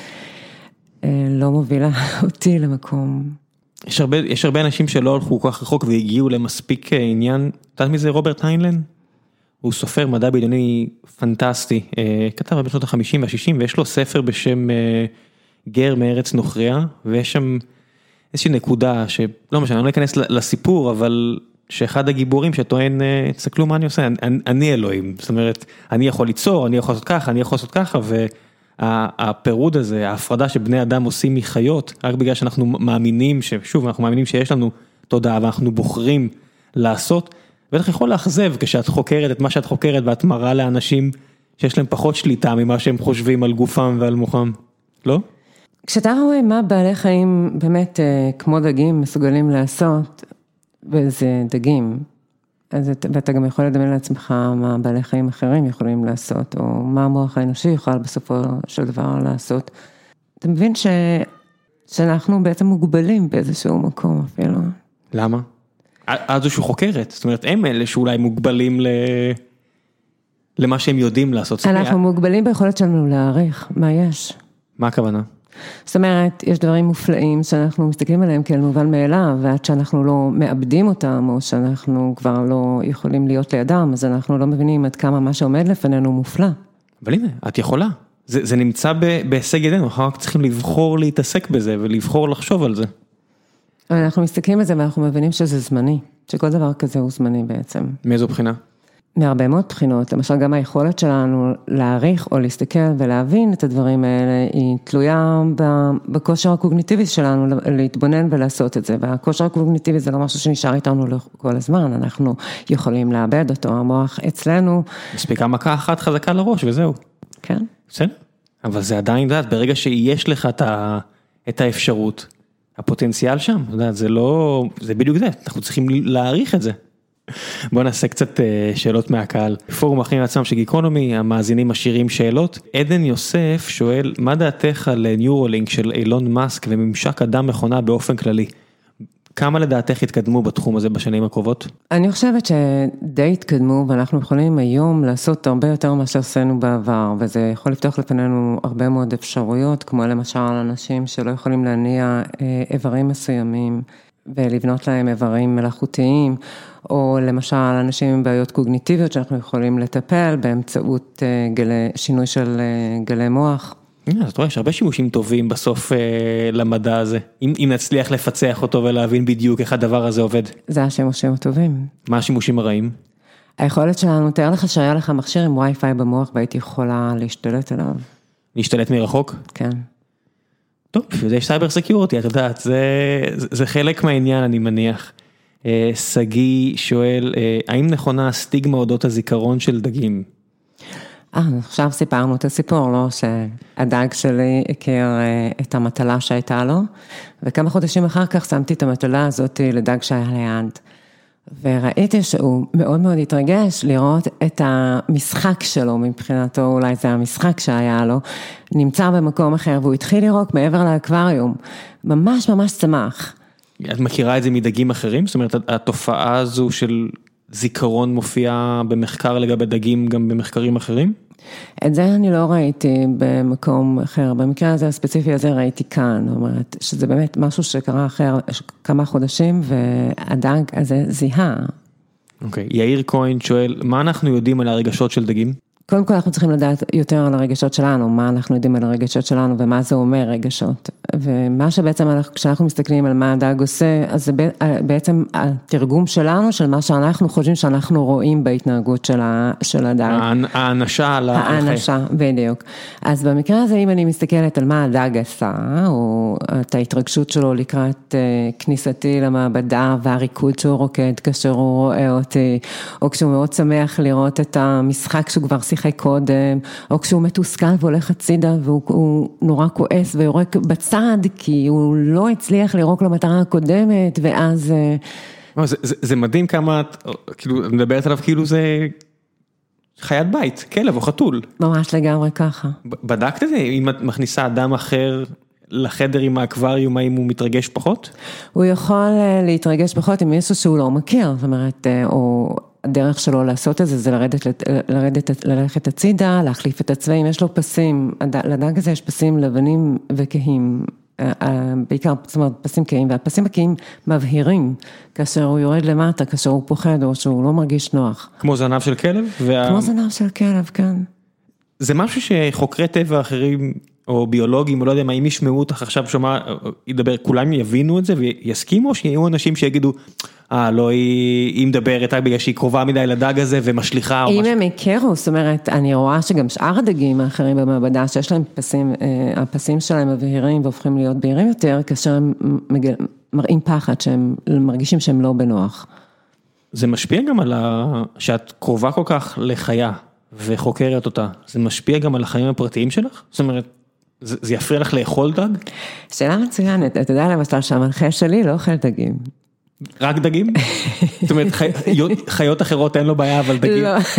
S2: לא מובילה אותי למקום.
S1: יש הרבה אנשים שלא הלכו כל כך רחוק והגיעו למספיק עניין, יודעת מי זה רוברט היינלן? הוא סופר מדע בדיוני פנטסטי, כתב בשנות ה-50 וה-60, ויש לו ספר בשם גר מארץ נוכריה, ויש שם איזושהי נקודה, שלא משנה, אני לא אכנס לסיפור, אבל שאחד הגיבורים שטוען, תסתכלו מה אני עושה, אני אלוהים, זאת אומרת, אני יכול ליצור, אני יכול לעשות ככה, אני יכול לעשות ככה, והפירוד הזה, ההפרדה שבני אדם עושים מחיות, רק בגלל שאנחנו מאמינים, שוב, אנחנו מאמינים שיש לנו תודעה, ואנחנו בוחרים לעשות, בטח יכול לאכזב כשאת חוקרת את מה שאת חוקרת, ואת מראה לאנשים שיש להם פחות שליטה ממה שהם חושבים על גופם ועל מוחם, לא?
S2: כשאתה רואה מה בעלי חיים באמת כמו דגים מסוגלים לעשות, וזה דגים, ואתה גם יכול לדמיין לעצמך מה בעלי חיים אחרים יכולים לעשות, או מה המוח האנושי יוכל בסופו של דבר לעשות. אתה מבין שאנחנו בעצם מוגבלים באיזשהו מקום אפילו.
S1: למה? אז זו שהוא חוקרת, זאת אומרת, הם אלה שאולי מוגבלים למה שהם יודעים לעשות.
S2: אנחנו מוגבלים ביכולת שלנו להעריך מה יש.
S1: מה הכוונה?
S2: זאת אומרת, יש דברים מופלאים שאנחנו מסתכלים עליהם כאל מובן מאליו, ועד שאנחנו לא מאבדים אותם, או שאנחנו כבר לא יכולים להיות לידם, אז אנחנו לא מבינים עד כמה מה שעומד לפנינו מופלא.
S1: אבל הנה, את יכולה. זה נמצא בהישג ידינו, אנחנו רק צריכים לבחור להתעסק בזה, ולבחור לחשוב על זה.
S2: אבל אנחנו מסתכלים על זה, ואנחנו מבינים שזה זמני, שכל דבר כזה הוא זמני בעצם.
S1: מאיזו בחינה?
S2: מהרבה מאוד בחינות, למשל גם היכולת שלנו להעריך או להסתכל ולהבין את הדברים האלה, היא תלויה בכושר הקוגניטיבי שלנו להתבונן ולעשות את זה, והכושר הקוגניטיבי זה לא משהו שנשאר איתנו כל הזמן, אנחנו יכולים לאבד אותו, המוח אצלנו. מספיקה
S1: מכה אחת חזקה לראש וזהו.
S2: כן.
S1: בסדר, אבל זה עדיין, דעת, ברגע שיש לך את האפשרות, הפוטנציאל שם, זה לא, זה בדיוק זה, אנחנו צריכים להעריך את זה. בואו נעשה קצת שאלות מהקהל. פורום אחים לעצמם של גיקונומי, המאזינים משאירים שאלות. עדן יוסף שואל, מה דעתך על ניורולינק של אילון מאסק וממשק אדם מכונה באופן כללי? כמה לדעתך התקדמו בתחום הזה בשנים הקרובות?
S2: אני חושבת שדי התקדמו, ואנחנו יכולים היום לעשות הרבה יותר ממה שעשינו בעבר, וזה יכול לפתוח לפנינו הרבה מאוד אפשרויות, כמו למשל אנשים שלא יכולים להניע איברים מסוימים, ולבנות להם איברים מלאכותיים, או למשל אנשים עם בעיות קוגניטיביות שאנחנו יכולים לטפל באמצעות שינוי של גלי מוח.
S1: אז רואה, יש הרבה שימושים טובים בסוף למדע הזה, אם נצליח לפצח אותו ולהבין בדיוק איך הדבר הזה עובד.
S2: זה השימושים הטובים.
S1: מה השימושים הרעים?
S2: היכולת שלנו, תאר לך שהיה לך מכשיר עם וי-פיי במוח והייתי יכולה להשתלט עליו.
S1: להשתלט מרחוק?
S2: כן.
S1: טוב, זה יש סייבר סקיורטי, את יודעת, זה חלק מהעניין אני מניח. סגי שואל, האם נכונה הסטיגמה אודות הזיכרון של דגים?
S2: עכשיו סיפרנו את הסיפור, לא? שהדג שלי הכיר את המטלה שהייתה לו, וכמה חודשים אחר כך שמתי את המטלה הזאת לדג שהיה ליד. וראיתי שהוא מאוד מאוד התרגש לראות את המשחק שלו, מבחינתו אולי זה המשחק שהיה לו, נמצא במקום אחר, והוא התחיל לירוק מעבר לאקווריום, ממש ממש צמח.
S1: את מכירה את זה מדגים אחרים? זאת אומרת, התופעה הזו של זיכרון מופיעה במחקר לגבי דגים גם במחקרים אחרים?
S2: את זה אני לא ראיתי במקום אחר, במקרה הזה הספציפי הזה ראיתי כאן, זאת אומרת, שזה באמת משהו שקרה אחר כמה חודשים, והדג הזה זיהה.
S1: אוקיי, יאיר כהן שואל, מה אנחנו יודעים על הרגשות של דגים?
S2: קודם כל אנחנו צריכים לדעת יותר על הרגשות שלנו, מה אנחנו יודעים על הרגשות שלנו ומה זה אומר רגשות. ומה שבעצם כשאנחנו מסתכלים על מה הדג עושה, אז זה בעצם התרגום שלנו, של מה שאנחנו חושבים שאנחנו רואים בהתנהגות של הדג.
S1: האנשה על החיים.
S2: האנשה, בדיוק. אז במקרה הזה, אם אני מסתכלת על מה הדג עשה, או את ההתרגשות שלו לקראת כניסתי למעבדה, והריקוד שהוא רוקד כאשר הוא רואה אותי, או כשהוא מאוד שמח לראות את המשחק שהוא כבר שיחק קודם, או כשהוא מתוסכל והולך הצידה, והוא נורא כועס ויורק בצד, כי הוא לא הצליח לירוק למטרה הקודמת, ואז...
S1: זה מדהים כמה, כאילו, מדברת עליו כאילו זה חיית בית, כלב או חתול.
S2: ממש לגמרי ככה.
S1: בדקת את זה? אם את מכניסה אדם אחר לחדר עם האקווריום, האם הוא מתרגש פחות?
S2: הוא יכול להתרגש פחות עם מישהו שהוא לא מכיר, זאת אומרת, או הדרך שלו לעשות את זה, זה ללכת הצידה, להחליף את הצבעים, יש לו פסים, לדג הזה יש פסים לבנים וכהים, בעיקר, זאת אומרת, פסים כהים, והפסים הכהים מבהירים, כאשר הוא יורד למטה, כאשר הוא פוחד, או שהוא לא מרגיש נוח.
S1: כמו זנב של כלב?
S2: כמו זנב של כלב, כן.
S1: זה משהו שחוקרי טבע אחרים, או ביולוגים, או לא יודע מה, אם ישמעו אותך עכשיו שומע, ידבר, כולם יבינו את זה ויסכימו, או שיהיו אנשים שיגידו, לא, היא מדברת רק בגלל שהיא קרובה מדי לדג הזה ומשליחה או משהו.
S2: אם הם הכירו, זאת אומרת, אני רואה שגם שאר הדגים האחרים במעבדה, שיש להם פסים, הפסים שלהם מבהירים והופכים להיות בהירים יותר, כאשר הם מראים פחד, שהם מרגישים שהם לא בנוח.
S1: זה משפיע גם על שאת קרובה כל כך לחיה וחוקרת אותה, זה משפיע גם על החיים הפרטיים שלך? זאת אומרת, זה יפריע לך לאכול דג? שאלה
S2: מצוינת, אתה יודע למשל שהמנחה שלי לא אוכל דגים.
S1: רק דגים? זאת אומרת, חיות אחרות אין לו בעיה, אבל דגים?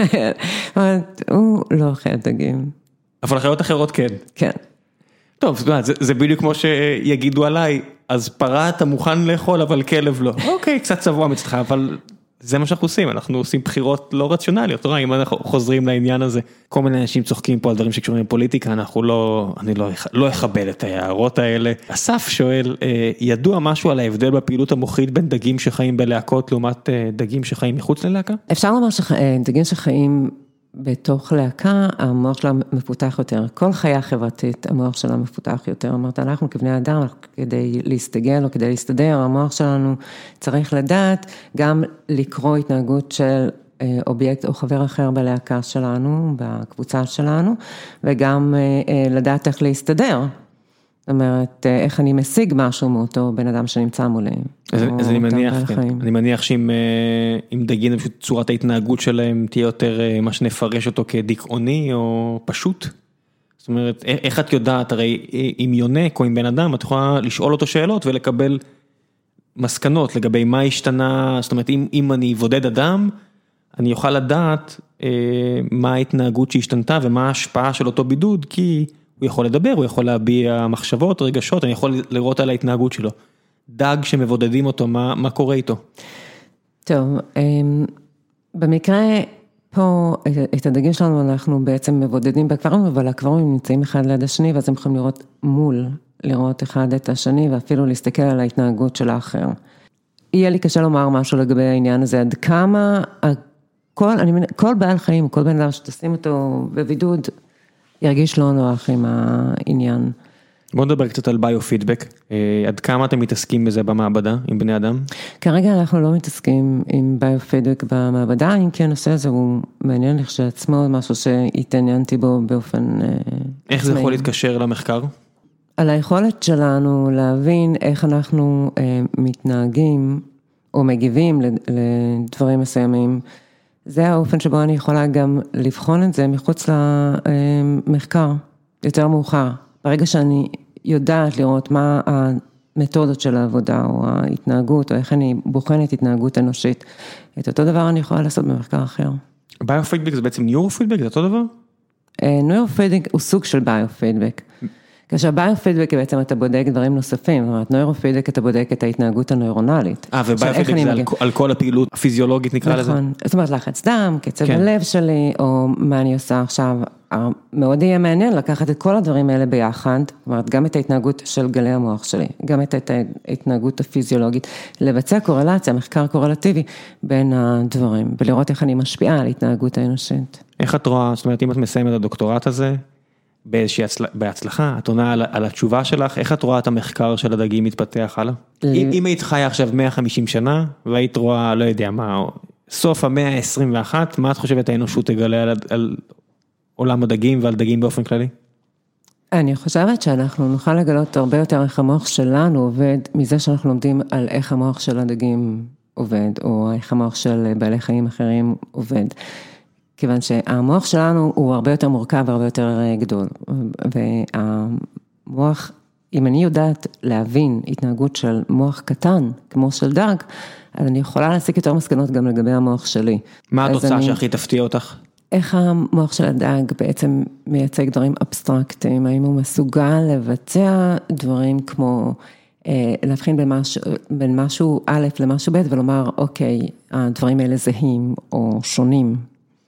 S2: לא, הוא לא אוכל דגים.
S1: אבל חיות אחרות כן?
S2: כן.
S1: טוב, זה בדיוק כמו שיגידו עליי, אז פרה אתה מוכן לאכול, אבל כלב לא. אוקיי, קצת צבוע מצדך, אבל זה מה שאנחנו עושים, אנחנו עושים בחירות לא רציונליות, אם אנחנו חוזרים לעניין הזה, כל מיני אנשים צוחקים פה על דברים שקשורים לפוליטיקה, אני לא אכבד את ההערות האלה. אסף שואל, ידוע משהו על ההבדל בפעילות המוחית בין דגים שחיים בלהקות, לעומת דגים שחיים מחוץ ללהקה?
S2: אפשר לומר שדגים שחיים בתוך להקה, המוח שלה מפותח יותר. כל חיה חברתית, המוח שלה מפותח יותר. אמרת, אנחנו כבני אדם, כדי להסתגל או כדי להסתדר, המוח שלנו צריך לדעת גם לקרוא התנהגות של אובייקט או חבר אחר בלהקה שלנו, בקבוצה שלנו, וגם לדעת איך להסתדר. זאת אומרת, איך אני משיג משהו מאותו בן אדם שנמצא מולי.
S1: אז אני מניח שאם דגים צורת ההתנהגות שלהם תהיה יותר מה שנפרש אותו כדיכאוני או פשוט. זאת אומרת, איך את יודעת, הרי עם יונק או עם בן אדם, את יכולה לשאול אותו שאלות ולקבל מסקנות לגבי מה השתנה, זאת אומרת, אם אני בודד אדם, אני אוכל לדעת מה ההתנהגות שהשתנתה ומה ההשפעה של אותו בידוד, כי הוא יכול לדבר, הוא יכול להביע מחשבות, רגשות, אני יכול לראות על ההתנהגות שלו. דג שמבודדים אותו, מה קורה איתו?
S2: טוב, במקרה פה, את הדגים שלנו אנחנו בעצם מבודדים באקווריום, אבל האקווריום נמצאים אחד ליד השני, ואז הם יכולים לראות אחד את השני, ואפילו להסתכל על ההתנהגות של האחר. יהיה לי קשה לומר משהו לגבי העניין הזה, עד כמה, כל בעל חיים, כל בן אדם שתשים אותו בבידוד, ירגיש לא נוח עם העניין.
S1: בוא נדבר קצת על ביו-פידבק, עד כמה אתם מתעסקים בזה במעבדה, עם בני אדם?
S2: כרגע אנחנו לא מתעסקים עם ביו-פידבק במעבדה, אם כי הנושא הזה הוא מעניין לכשעצמו, משהו שהתעניינתי בו באופן
S1: איך זה יכול להתקשר למחקר?
S2: על היכולת שלנו להבין איך אנחנו מתנהגים או מגיבים לדברים מסוימים, זה האופן שבו אני יכולה גם לבחון את זה מחוץ למחקר, יותר מאוחר. ברגע שאני יודעת לראות מה המתודות של העבודה, או ההתנהגות, או איך אני בוחנת התנהגות אנושית, את אותו דבר אני יכולה לעשות במחקר אחר.
S1: ביו-פידבק זה בעצם ניורו-פידבק, זה אותו דבר?
S2: ניורו-פידבק הוא סוג של ביו-פידבק. כאשר ביו-פידבק בעצם אתה בודק דברים נוספים, זאת אומרת, נוירו-פידבק אתה בודק את ההתנהגות הנוירונלית.
S1: וביו-פידבק זה על כל הפעילות הפיזיולוגית נקרא לזה?
S2: נכון, זאת אומרת לחץ דם, קצב הלב שלי, או מה אני עושה עכשיו, מאוד יהיה מעניין לקחת את כל הדברים האלה ביחד, זאת אומרת, גם את ההתנהגות של גלי המוח שלי, גם את ההתנהגות הפיזיולוגית, לבצע קורלציה, מחקר קורלטיבי בין הדברים, ולראות איך אני משפיעה על התנהגות האנושית.
S1: איך את רואה, זאת אומרת, אם את מסיימת את הדוקטורט הזה, בהצלחה, את עונה על התשובה שלך, איך את רואה את המחקר של הדגים מתפתח הלאה? אם היית חיה עכשיו 150 שנה, והיית רואה, לא יודע מה, סוף המאה ה-21, מה את חושבת האנושות תגלה על עולם הדגים ועל דגים באופן כללי?
S2: אני חושבת שאנחנו נוכל לגלות הרבה יותר איך המוח שלנו עובד, מזה שאנחנו לומדים על איך המוח של הדגים עובד, או איך המוח של בעלי חיים אחרים עובד. כיוון שהמוח שלנו הוא הרבה יותר מורכב והרבה יותר גדול, והמוח, אם אני יודעת להבין התנהגות של מוח קטן, כמו של דג, אז אני יכולה להסיק יותר מסקנות גם לגבי המוח שלי.
S1: מה התוצאה שהכי תפתיע אותך?
S2: איך המוח של הדג בעצם מייצג דברים אבסטרקטיים, האם הוא מסוגל לבצע דברים כמו להבחין בין משהו א' למשהו ב' ולומר, אוקיי, הדברים האלה זהים או שונים.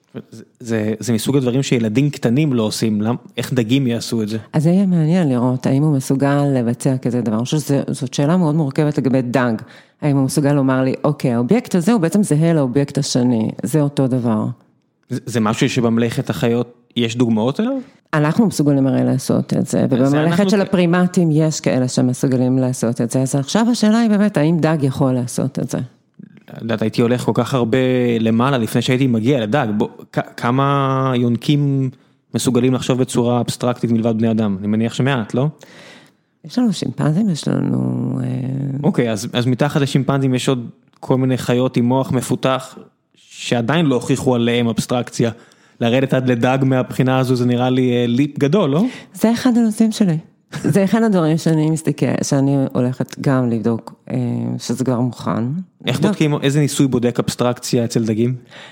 S1: זה מסוג הדברים שילדים קטנים לא עושים, איך דגים יעשו את זה?
S2: אז זה יהיה מעניין לראות, האם הוא מסוגל לבצע כזה דבר, אני חושב שזאת שאלה מאוד מורכבת לגבי דג, האם הוא מסוגל לומר לי, אוקיי, האובייקט הזה הוא בעצם זהה לאובייקט השני, זה אותו דבר. זה
S1: משהו שבמלאכת החיות יש דוגמאות אליו?
S2: אנחנו מסוגלים הרי לעשות את זה, ובמלאכת של הפרימטים יש כאלה שמסוגלים לעשות את זה, אז עכשיו השאלה היא באמת, האם דג יכול לעשות את זה?
S1: הייתי הולך כל כך הרבה למעלה לפני שהייתי מגיע לדג, כמה יונקים מסוגלים לחשוב בצורה אבסטרקטית מלבד בני אדם? אני מניח שמעט, לא?
S2: יש לנו שימפנזים, יש לנו...
S1: אוקיי, אז מתחת לשימפנזים יש עוד כל מיני חיות עם מוח מפותח, שעדיין לא הוכיחו עליהם אבסטרקציה. לרדת עד לדג מהבחינה הזו, זה נראה לי ליפ גדול, לא?
S2: זה אחד הנושאים שלי. זה אחד הדברים שאני הולכת גם לבדוק, שזה כבר מוכן.
S1: איך בודקים, איזה ניסוי בודק אבסטרקציה אצל דגים?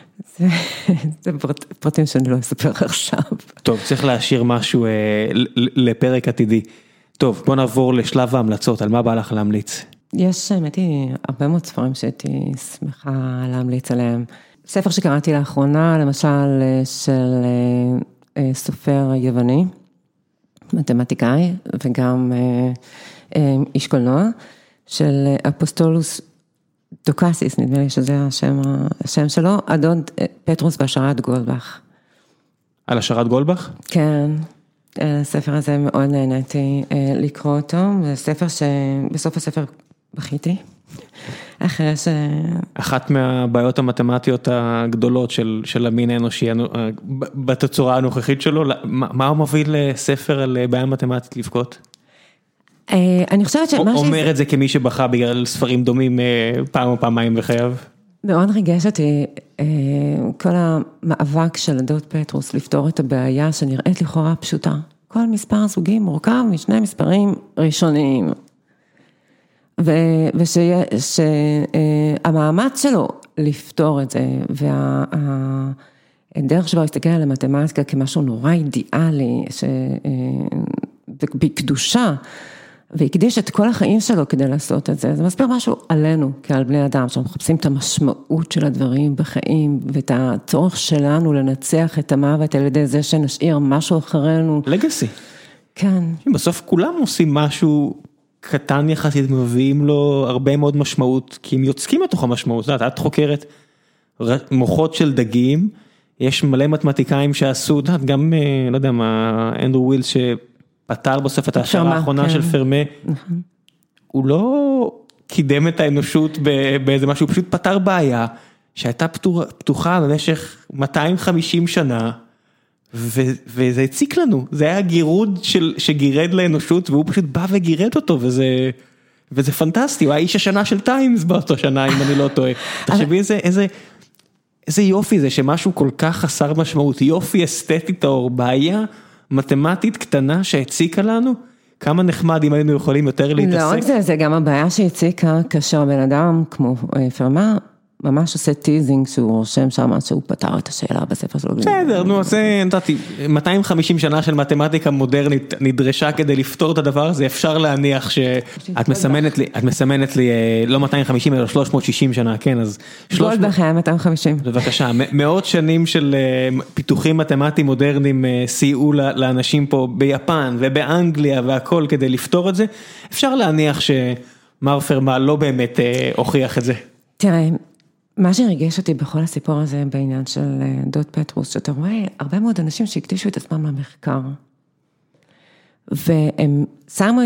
S2: זה פרטים שאני לא אספר עכשיו.
S1: טוב, צריך להשאיר משהו לפרק עתידי. טוב, בוא נעבור לשלב ההמלצות, על מה בא לך להמליץ?
S2: יש, האמת היא, הרבה מאוד ספרים שהייתי שמחה להמליץ עליהם. ספר שקראתי לאחרונה, למשל, של סופר יווני, מתמטיקאי, וגם איש קולנוע, של אפוסטולוס דוקסיס, נדמה לי שזה השם שלו, אדון פטרוס בהשערת גולדבך.
S1: על השערת גולדבך?
S2: כן, הספר הזה מאוד נהניתי לקרוא אותו, זה ספר שבסוף הספר בכיתי. אחרי ש... אחת
S1: מהבעיות המתמטיות הגדולות של המין האנושי, בתצורה הנוכחית שלו, מה הוא מוביל לספר על בעיה מתמטית לבכות?
S2: אני חושבת
S1: אומר את זה כמי שבכה בגלל ספרים דומים פעם או פעמיים בחייו?
S2: מאוד ריגש אותי כל המאבק של דוד פטרוס לפתור את הבעיה שנראית לכאורה פשוטה. כל מספר זוגי מורכב משני מספרים ראשוניים. ושהמאמץ שלו לפתור את זה, והדרך שבו הסתכל על המתמטיקה כמשהו נורא אידיאלי, בקדושה, והקדיש את כל החיים שלו כדי לעשות את זה, זה מסביר משהו עלינו כעל בני אדם, שאנחנו מחפשים את המשמעות של הדברים בחיים, ואת הצורך שלנו לנצח את המוות על ידי זה שנשאיר משהו אחרינו.
S1: לגאסי.
S2: כן.
S1: בסוף כולם עושים משהו קטן יחסית, מביאים לו הרבה מאוד משמעות, כי הם יוצקים לתוך המשמעות. את חוקרת מוחות של דגים, יש מלא מתמטיקאים שעשו, גם, לא יודע מה, אנדרו ווילס שפתר בסוף את ההשערה האחרונה של פרמה, הוא לא קידם את האנושות באיזה משהו, הוא פשוט פתר בעיה, שהייתה פתוחה במשך 250 שנה, וזה הציק לנו, זה היה גירוד שגירד לאנושות, והוא פשוט בא וגירד אותו, וזה פנטסטי, הוא היה איש השנה של טיימס באותו שנה, אם אני לא טועה. תחשבי איזה יופי זה, שמשהו כל כך חסר משמעות, יופי אסתטית או בעיה מתמטית קטנה שהציקה לנו, כמה נחמד אם היינו יכולים יותר להתעסק.
S2: לא רק זה גם הבעיה שהציקה, כאשר בן אדם כמו פרמה, ממש עושה טיזינג שהוא רושם שם שהוא פתר את השאלה בספר שלו.
S1: בסדר, נו, זה, נתתי, 250 שנה של מתמטיקה מודרנית נדרשה כדי לפתור את הדבר הזה, אפשר להניח שאת מסמנת לי, לא 250 אלא 360 שנה, כן, אז...
S2: גולדבך היה 250.
S1: בבקשה, מאות שנים של פיתוחים מתמטיים מודרניים סייעו לאנשים פה ביפן ובאנגליה והכל כדי לפתור את זה, אפשר להניח שמר פרמה לא באמת הוכיח את זה.
S2: תראה, מה שריגש אותי בכל הסיפור הזה בעניין של דוד פטרוס, שאתה רואה הרבה מאוד אנשים שהקדישו את עצמם למחקר, והם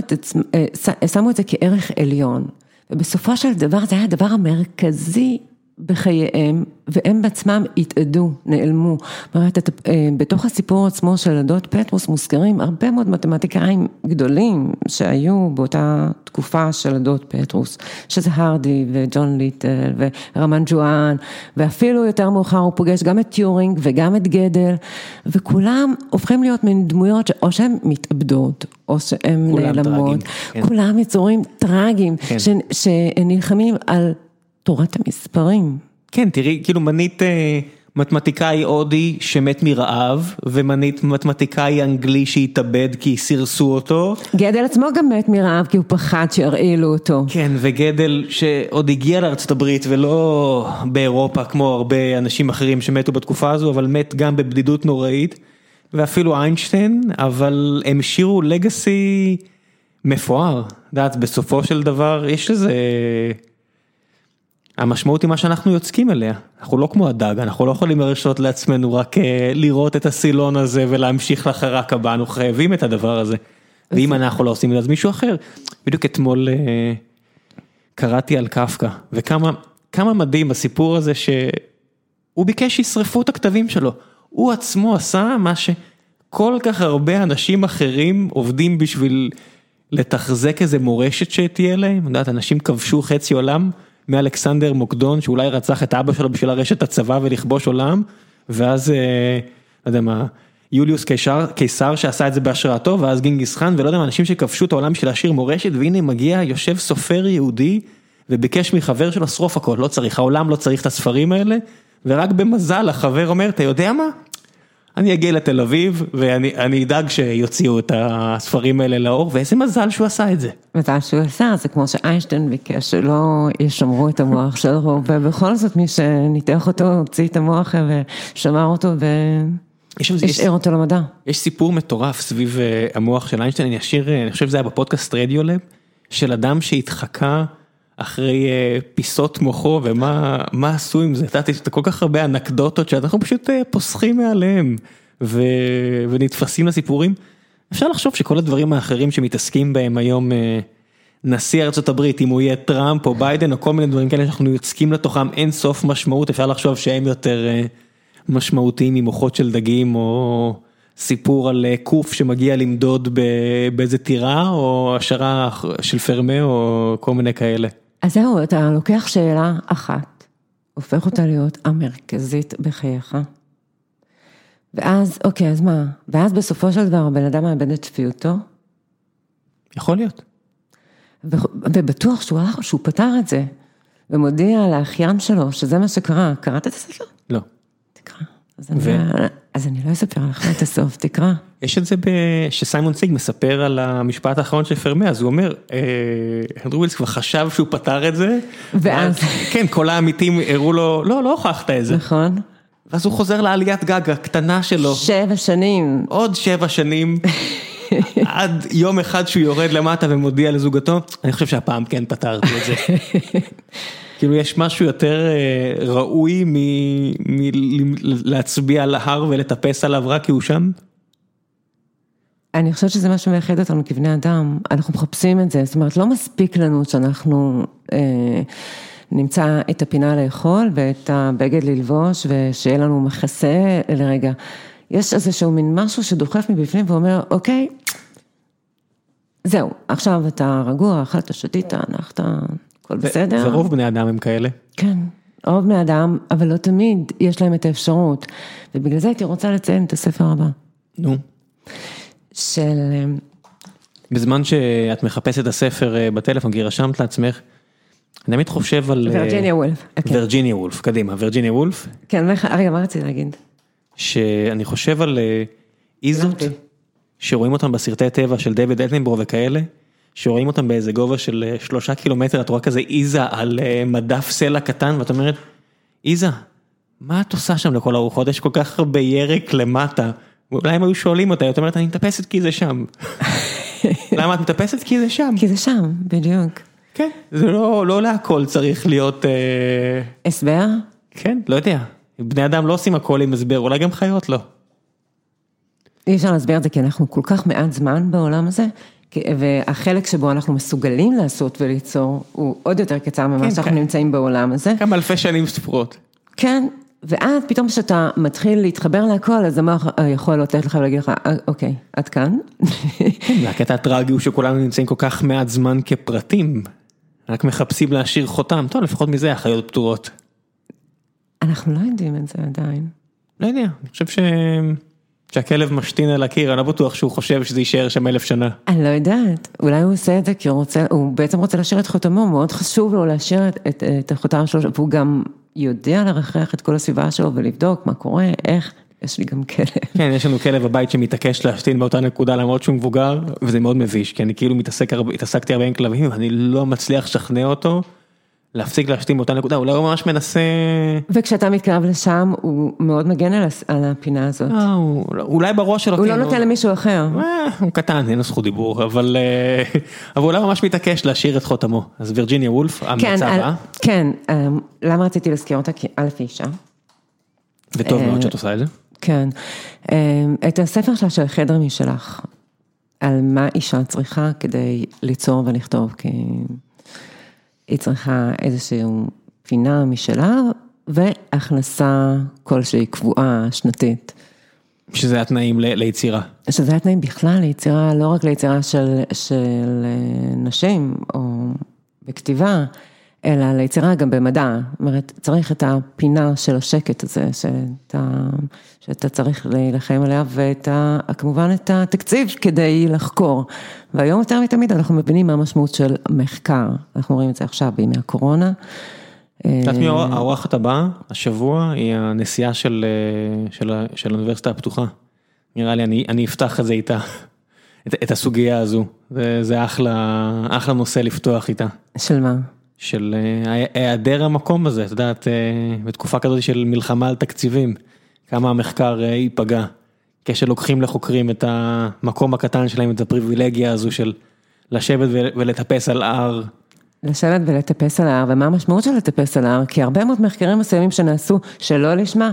S2: שמו את זה כערך עליון, ובסופו של דבר זה היה הדבר המרכזי בחייהם, והם בעצמם התאדו, נעלמו. בתוך הסיפור עצמו של לידות פטרוס מוזכרים הרבה מאוד מתמטיקאים גדולים שהיו באותה תקופה של לידות פטרוס, שזה הרדי וג'ון ליטל ורמן ג'ואן, ואפילו יותר מאוחר הוא פוגש גם את טיורינג וגם את גדל, וכולם הופכים להיות מין דמויות שאו שהן מתאבדות, או שהן נעלמות. כן. כולם יצורים טרגיים, כן. שנלחמים על תורת המספרים.
S1: כן, תראי, כאילו מנית מתמטיקאי הודי שמת מרעב, ומנית מתמטיקאי אנגלי שהתאבד כי סירסו אותו.
S2: גדל עצמו גם מת מרעב כי הוא פחד שירעילו אותו.
S1: כן, וגדל שעוד הגיע לארצות הברית ולא באירופה כמו הרבה אנשים אחרים שמתו בתקופה הזו, אבל מת גם בבדידות נוראית, ואפילו איינשטיין, אבל הם השאירו לגאסי מפואר. דעת, בסופו של דבר יש לזה... המשמעות היא מה שאנחנו יוצקים אליה, אנחנו לא כמו הדג, אנחנו לא יכולים לרשות לעצמנו רק לראות את הסילון הזה ולהמשיך לחרק הבא, אנחנו חייבים את הדבר הזה, ואם אנחנו לא עושים את זה, אז מישהו אחר. בדיוק אתמול קראתי על קפקא, וכמה מדהים בסיפור הזה שהוא ביקש שישרפו את הכתבים שלו, הוא עצמו עשה מה שכל כך הרבה אנשים אחרים עובדים בשביל לתחזק איזה מורשת שתהיה להם, יודעת, אנשים כבשו חצי עולם, מאלכסנדר מוקדון, שאולי רצח את אבא שלו בשביל לרשת הצבא ולכבוש עולם, ואז, לא יודע מה, יוליוס קיסר שעשה את זה בהשראתו, ואז גינגיס חאן, ולא יודע מה, אנשים שכבשו את העולם בשביל להשאיר מורשת, והנה מגיע, יושב סופר יהודי, וביקש מחבר שלו שרוף הכל, לא צריך, העולם לא צריך את הספרים האלה, ורק במזל החבר אומר, אתה יודע מה? אני אגיע לתל אביב, ואני אדאג שיוציאו את הספרים האלה לאור, ואיזה מזל שהוא עשה את זה.
S2: מזל שהוא עשה, זה כמו שאיינשטיין ביקש שלא ישמרו את המוח שלו, ובכל זאת מי שניתח אותו, הוציא את המוח ושמר אותו, והשאיר אותו למדע.
S1: יש סיפור מטורף סביב המוח של איינשטיין, אני חושב שזה היה בפודקאסט רדיולב, של אדם שהתחקה אחרי פיסות מוחו, ומה עשו עם זה? יש כל כך הרבה אנקדוטות שאנחנו פשוט פוסחים מעליהם, ונתפסים לסיפורים. אפשר לחשוב שכל הדברים האחרים שמתעסקים בהם היום, נשיא ארצות הברית, אם הוא יהיה טראמפ או ביידן, או כל מיני דברים כאלה שאנחנו יוצקים לתוכם אין סוף משמעות, אפשר לחשוב שהם יותר משמעותיים ממוחות של דגים, או סיפור על קוף שמגיע למדוד באיזה טירה, או השערה של פרמה, או כל מיני כאלה.
S2: אז זהו, אתה לוקח שאלה אחת, הופך אותה להיות המרכזית בחייך, ואז, אוקיי, אז מה? ואז בסופו של דבר, הבן אדם מאבד את שפיותו?
S1: יכול להיות.
S2: ובטוח שהוא פתר את זה, ומודיע לאחיין שלו, שזה מה שקרה. קראת את הספר?
S1: לא.
S2: תקרא. אז אני לא אספר לך את הסוף, תקרא.
S1: יש את זה שסיימון סיג מספר על המשפט האחרון של פרמה, אז הוא אומר, הנדרו ווילס כבר חשב שהוא פתר את זה,
S2: ואז...
S1: כן, כל העמיתים הראו לו, לא הוכחת את זה.
S2: נכון.
S1: ואז הוא חוזר לעליית גג הקטנה שלו.
S2: 7 שנים.
S1: עוד 7 שנים, עד יום אחד שהוא יורד למטה ומודיע לזוגתו, אני חושב שהפעם כן פתרתי את זה. כאילו יש משהו יותר ראוי להצביע על ההר ולטפס עליו רק כי הוא שם?
S2: אני חושבת שזה משהו מייחד אותנו כבני אדם, אנחנו מחפשים את זה, זאת אומרת לא מספיק לנו שאנחנו נמצא את הפינה לאכול ואת הבגד ללבוש ושיהיה לנו מחסה לרגע, יש איזשהו מין משהו שדוחף מבפנים ואומר אוקיי, זהו, עכשיו אתה רגוע, אכלת, שתית, הנחת, הכל בסדר.
S1: ורוב בני אדם הם כאלה.
S2: כן, רוב בני אדם, אבל לא תמיד יש להם את האפשרות, ובגלל זה הייתי רוצה לציין את הספר הבא.
S1: נו.
S2: של...
S1: בזמן שאת מחפשת את הספר בטלפון, כי רשמת לעצמך, אני תמיד חושב על...
S2: וירג'יניה וולף.
S1: וירג'יניה וולף, קדימה, וירג'יניה וולף.
S2: כן, רגע, מה רציתי להגיד?
S1: שאני חושב על איזות, שרואים אותם בסרטי טבע של דיוויד אטנבורו וכאלה, שרואים אותם באיזה גובה של 3 קילומטר, את רואה כזה איזה על מדף סלע קטן, ואת אומרת, איזה, מה את עושה שם לכל הרוחות? יש כל כך הרבה ירק למטה, אולי הם היו שואלים אותה, את אומרת, אני מטפסת כי זה שם. למה את מטפסת? כי זה שם.
S2: כי זה שם, בדיוק.
S1: כן, זה לא להכל צריך להיות...
S2: הסבר?
S1: כן, לא יודע. בני אדם לא עושים הכל עם הסבר, אולי גם חיות לא.
S2: אי אפשר להסביר את זה, כי אנחנו כל כך מעט זמן בעולם הזה, והחלק שבו אנחנו מסוגלים לעשות וליצור, הוא עוד יותר קצר ממה שאנחנו נמצאים בעולם הזה.
S1: כמה אלפי שנים ספורות.
S2: כן, ואז פתאום כשאתה מתחיל להתחבר להכל, אז המוח יכול לתת לך ולהגיד לך, אוקיי, עד כאן.
S1: והקטע הטרגי הוא שכולנו נמצאים כל כך מעט זמן כפרטים, רק מחפשים להשאיר חותם, טוב, לפחות מזה החיות פתורות.
S2: אנחנו לא יודעים את זה עדיין.
S1: לא יודע, אני חושב שהכלב משתין על הקיר, אני לא בטוח שהוא חושב שזה יישאר שם 1000 שנה.
S2: אני לא יודעת, אולי הוא עושה את זה כי הוא בעצם רוצה להשאיר את חותמו, מאוד חשוב לו להשאיר את החותם שלו, והוא גם יודע לרחח את כל הסביבה שלו ולבדוק מה קורה, איך, יש לי גם כלב.
S1: כן, יש לנו כלב בבית שמתעקש להשתין באותה נקודה למרות שהוא מבוגר, וזה מאוד מביש, כי אני כאילו התעסקתי הרבה עם כלבים, ואני לא מצליח לשכנע אותו, להפסיק להשתין באותה נקודה, אולי הוא ממש מנסה...
S2: וכשאתה מתקרב לשם, הוא מאוד מגן על הפינה הזאת.
S1: אולי בראש שלו...
S2: הוא לא נותן למישהו אחר.
S1: הוא קטן, אין לו זכות דיבור, אבל אולי ממש מתעקש להשאיר את חותמו. אז וירג'יניה וולף, המצב הבא.
S2: כן, למה רציתי להזכיר אותה? כי א' אישה.
S1: וטוב מאוד שאת עושה את זה.
S2: כן, את הספר שלה של חדר משלך, על מה אישה צריכה כדי ליצור ולכתוב, כי... היא צריכה איזושהי פינה משלה, והכנסה כלשהי קבועה, שנתית.
S1: שזה התנאים ליצירה.
S2: שזה התנאים בכלל ליצירה, לא רק ליצירה של נשים, או בכתיבה, אלא ליצירה גם במדע. זאת אומרת, צריך את הפינה של השקט הזה, שאתה צריך להילחם עליה, וכמובן את התקציב כדי לחקור. והיום יותר מתמיד אנחנו מבינים מה המשמעות של מחקר. אנחנו רואים את זה עכשיו בימי הקורונה.
S1: קצת מהאורחת הבאה, השבוע, היא הנשיאה של האוניברסיטה הפתוחה. נראה לי, אני אפתח את זה איתה, את הסוגיה הזו. זה אחלה נושא לפתוח איתה.
S2: של מה?
S1: של היעדר המקום הזה, את יודעת, בתקופה כזאת של מלחמה על תקציבים, כמה המחקר ייפגע, כשלוקחים לחוקרים את המקום הקטן שלהם, את הפריבילגיה הזו של לשבת ולטפס על הר.
S2: לשבת ולטפס על ההר, ומה המשמעות של לטפס על ההר? כי הרבה מאוד מחקרים מסוימים שנעשו שלא לשמה,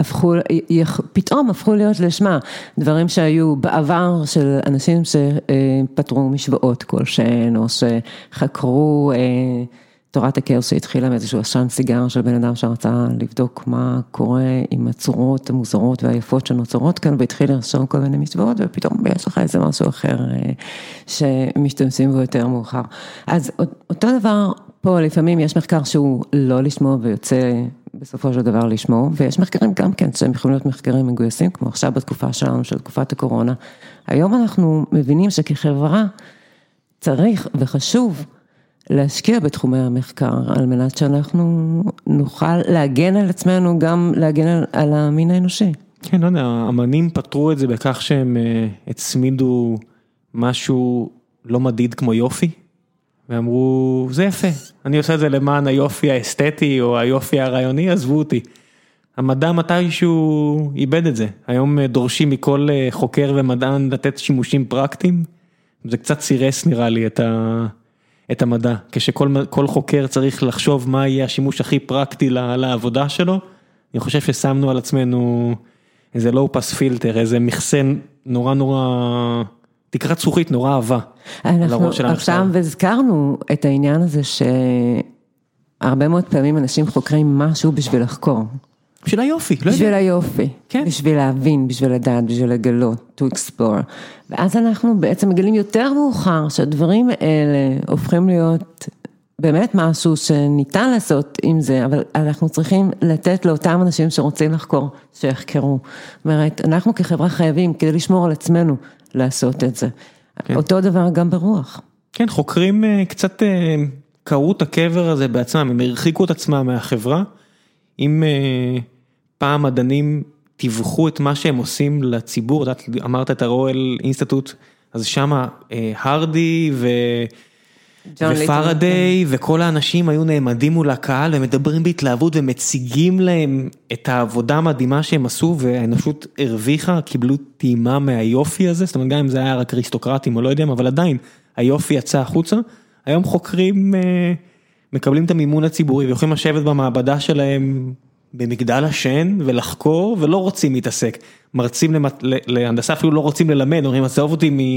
S2: פתאום הפכו להיות לשמה, דברים שהיו בעבר של אנשים שפתרו משוואות כלשהן, או שחקרו תורת הכאוס שהתחילה מאיזשהו עשן סיגר של בן אדם שרצה לבדוק מה קורה עם הצורות המוזרות והיפות שנוצרות כאן, והתחיל לרשום כל מיני משוואות, ופתאום יש לך איזה משהו אחר שמשתמשים בו יותר מאוחר. אז אותו דבר פה, לפעמים יש מחקר שהוא לא לשמו ויוצא בסופו של דבר לשמו, ויש מחקרים גם כן שהם יכולים להיות מחקרים מגויסים, כמו עכשיו בתקופה שלנו, של תקופת הקורונה. היום אנחנו מבינים שכחברה צריך וחשוב להשקיע בתחומי המחקר, על מנת שאנחנו נוכל להגן על עצמנו, גם להגן על המין האנושי.
S1: כן, לא יודע, האמנים פתרו את זה בכך שהם הצמידו משהו לא מדיד כמו יופי, ואמרו, זה יפה, אני עושה את זה למען היופי האסתטי, או היופי הרעיוני, עזבו אותי. המדע מתישהו איבד את זה, היום דורשים מכל חוקר ומדען לתת שימושים פרקטיים, זה קצת סירס נראה לי את המדע, כשכל חוקר צריך לחשוב מה יהיה השימוש הכי פרקטי לעבודה שלו, אני חושב ששמנו על עצמנו איזה לואו פס פילטר, איזה מכסן נורא, תקרת זכוכית נורא אהבה.
S2: אנחנו עכשיו הזכרנו את העניין הזה שהרבה מאוד פעמים אנשים חוקרים משהו בשביל לחקור.
S1: בשביל היופי.
S2: בשביל היופי, בשביל להבין, בשביל לדעת, בשביל לגלות, to explore. ואז אנחנו בעצם מגלים יותר מאוחר שהדברים האלה הופכים להיות באמת משהו שניתן לעשות עם זה, אבל אנחנו צריכים לתת לאותם אנשים שרוצים לחקור, שיחקרו. זאת אומרת, אנחנו כחברה חייבים, כדי לשמור על עצמנו, לעשות את זה. כן. אותו דבר גם ברוח.
S1: כן, חוקרים קצת קראו את הקבר הזה בעצמם, הם הרחיקו את עצמם מהחברה, אם פעם מדענים תיווכו את מה שהם עושים לציבור, אמרת את הרואל אינסטיטוט, אז שם הרדי ופרדיי וכל האנשים היו נעמדים מול הקהל ומדברים בהתלהבות ומציגים להם את העבודה המדהימה שהם עשו והאנושות הרוויחה, קיבלו טעימה מהיופי הזה, זאת אומרת גם אם זה היה רק אריסטוקרטים או לא יודע, אבל עדיין היופי יצא החוצה, היום חוקרים מקבלים את המימון הציבורי ויכולים לשבת במעבדה שלהם במגדל השן ולחקור ולא רוצים להתעסק, מרצים להנדסה אפילו לא רוצים ללמד, אומרים עזוב אותי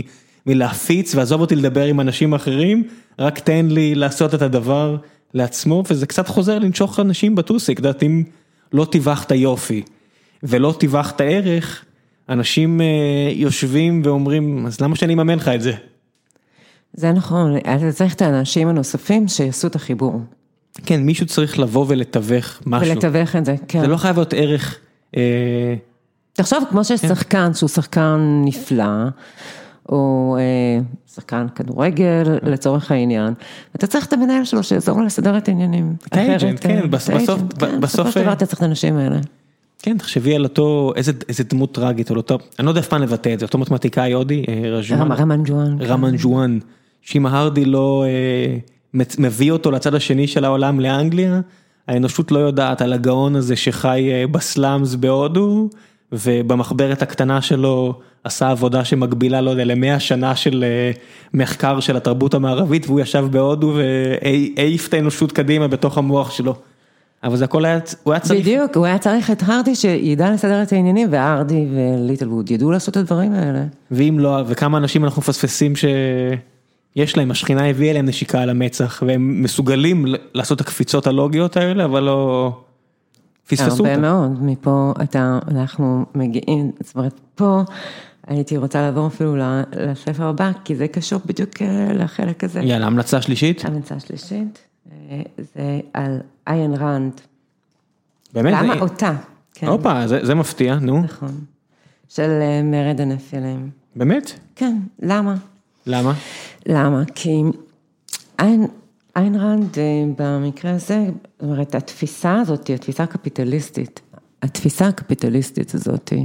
S1: מלהפיץ, ועזוב אותי לדבר עם אנשים אחרים, רק תן לי לעשות את הדבר לעצמו, וזה קצת חוזר לנשוך אנשים בטוסיק, דעת אם לא תיווך את היופי, ולא תיווך את הערך, אנשים יושבים ואומרים, אז למה שאני אממן לך את זה?
S2: זה נכון, אתה צריך את האנשים הנוספים שיעשו את החיבור.
S1: כן, מישהו צריך לבוא ולתווך משהו.
S2: ולתווך את זה, כן.
S1: זה לא חייב להיות ערך.
S2: תחשוב, כמו שיש שחקן שהוא שחקן נפלא, או שחקן כדורגל לצורך העניין, אתה צריך את המנהל שלו שיעזור לסדר את העניינים.
S1: כן,
S2: בסופו של דבר אתה צריך את האנשים האלה.
S1: כן, תחשבי על אותו, איזה דמות טרגית, על אותו, אני לא יודע אף פעם לבטא את זה, אותו מתמטיקאי הודי, רמן ג'ואן, שאם ההרדי לא מביא אותו לצד השני של העולם לאנגליה, האנושות לא יודעת על הגאון הזה שחי בסלאמס בהודו, ובמחברת הקטנה שלו עשה עבודה שמקבילה, לא יודע, ל100 שנה של מחקר של התרבות המערבית, והוא ישב בהודו והעיף את האנושות קדימה בתוך המוח שלו. אבל זה הכל הוא היה צריך...
S2: בדיוק, הוא היה צריך את הרדי שידע לסדר את העניינים, והרדי וליטל ווד ידעו לעשות את הדברים האלה.
S1: ואם לא, וכמה אנשים אנחנו מפספסים שיש להם, השכינה הביאה להם נשיקה על המצח, והם מסוגלים לעשות את הקפיצות הלוגיות האלה, אבל לא פספסו אותם.
S2: הרבה מאוד, מפה אנחנו מגיעים, זאת אומרת, פה הייתי רוצה לעבור אפילו לספר הבא, כי זה קשור בדיוק לחלק הזה.
S1: יאללה, המלצה שלישית?
S2: המלצה שלישית. זה על איין ראנד.
S1: באמת?
S2: למה אותה?
S1: אופה, זה מפתיע, נו.
S2: נכון. של מרד הנפילים.
S1: באמת?
S2: כן, למה?
S1: למה?
S2: למה? כי איין ראנד במקרה הזה, זאת אומרת, התפיסה הזאת, התפיסה הקפיטליסטית, הזאת,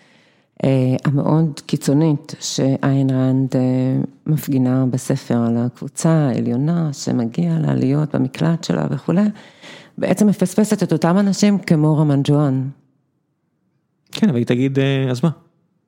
S2: המאוד קיצונית שאיין ראנד מפגינה בספר על הקבוצה העליונה שמגיעה לעליות במקלט שלה וכו', בעצם מפספסת את אותם אנשים כמו רמן ג'ואן.
S1: כן, אבל היא תגיד, אז מה?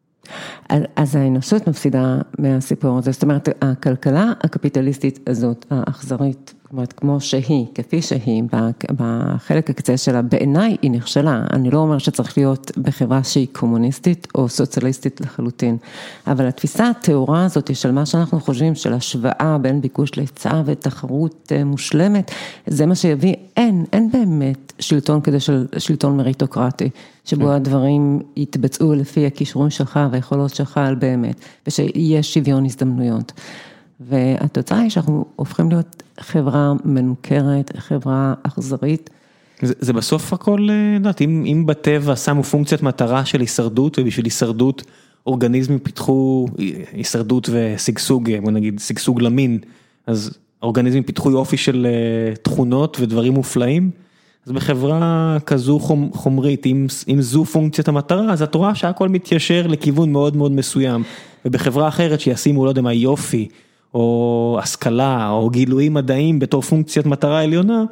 S2: אז האנושות מפסידה מהסיפור הזה, זאת אומרת, הכלכלה הקפיטליסטית הזאת, האכזרית, זאת אומרת, כמו שהיא, כפי שהיא, בחלק הקצה שלה, בעיניי היא נכשלה, אני לא אומר שצריך להיות בחברה שהיא קומוניסטית או סוציאליסטית לחלוטין, אבל התפיסה התיאורה הזאת של מה שאנחנו חושבים, של השוואה בין ביקוש להיצע ותחרות מושלמת, זה מה שיביא, אין באמת שלטון כזה של שלטון מריטוקרטי, שבו הדברים יתבצעו לפי הכישורים שלך והיכולות שלך על באמת, ושיש שוויון הזדמנויות. והתוצאה היא שאנחנו הופכים להיות חברה מנוכרת, חברה אכזרית.
S1: זה בסוף הכל, יודעת, אם בטבע שמו פונקציית מטרה של הישרדות, ובשביל הישרדות אורגניזמים פיתחו הישרדות וסגסוג, בוא נגיד סגסוג למין, אז האורגניזמים פיתחו יופי של תכונות ודברים מופלאים, אז בחברה כזו חומרית, אם זו פונקציית המטרה, אז את רואה שהכל מתיישר לכיוון מאוד מאוד מסוים, ובחברה אחרת שישימו, לא יודע מה, יופי, או השכלה, או גילויים מדעיים בתור פונקציית מטרה עליונה,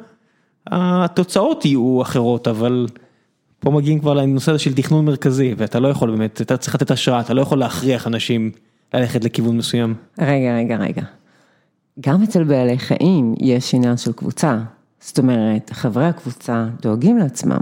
S1: התוצאות יהיו אחרות, אבל פה מגיעים כבר לנושא של תכנון מרכזי, ואתה לא יכול באמת, אתה צריך לתת השראה, אתה לא יכול להכריח אנשים ללכת לכיוון מסוים.
S2: רגע. גם אצל בעלי חיים יש עניין של קבוצה, זאת אומרת, חברי הקבוצה דואגים לעצמם.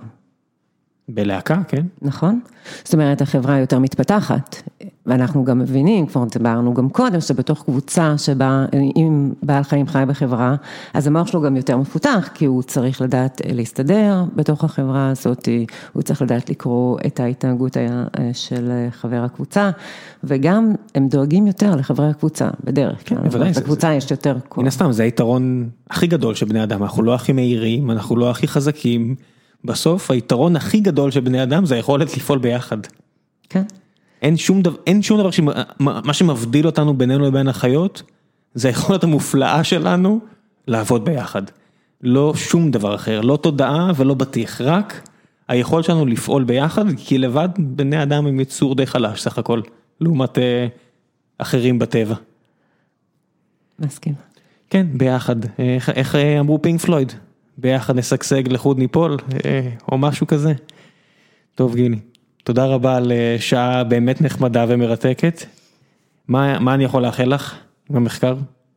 S1: בלהקה, כן.
S2: נכון? זאת אומרת, החברה יותר מתפתחת, ואנחנו גם מבינים, כבר דיברנו גם קודם, שבתוך קבוצה שבה, אם בעל חיים חי בחברה, אז המוח שלו גם יותר מפותח, כי הוא צריך לדעת להסתדר בתוך החברה הזאת, הוא צריך לדעת לקרוא את ההתנהגות של חבר הקבוצה, וגם הם דואגים יותר לחברי הקבוצה, בדרך כלל. בקבוצה יש יותר כוח.
S1: מן הסתם, זה היתרון הכי גדול של בני אדם, אנחנו לא הכי מהירים, אנחנו לא הכי חזקים, בסוף היתרון הכי גדול של בני אדם זה היכולת לפעול ביחד.
S2: כן.
S1: אין שום דבר מה שמבדיל אותנו בינינו לבין החיות, זה היכולת המופלאה שלנו לעבוד ביחד. לא שום דבר אחר, לא תודעה ולא בטיח, רק היכולת שלנו לפעול ביחד, כי לבד בני אדם הם יצור די חלש סך הכל, לעומת אחרים בטבע.
S2: מסכים.
S1: כן, ביחד. איך אמרו פינק פלויד? ביחד נשגשג לחוד ניפול, או משהו כזה. טוב גילי, תודה רבה על שעה באמת נחמדה ומרתקת. מה אני יכול לאחל לך במחקר?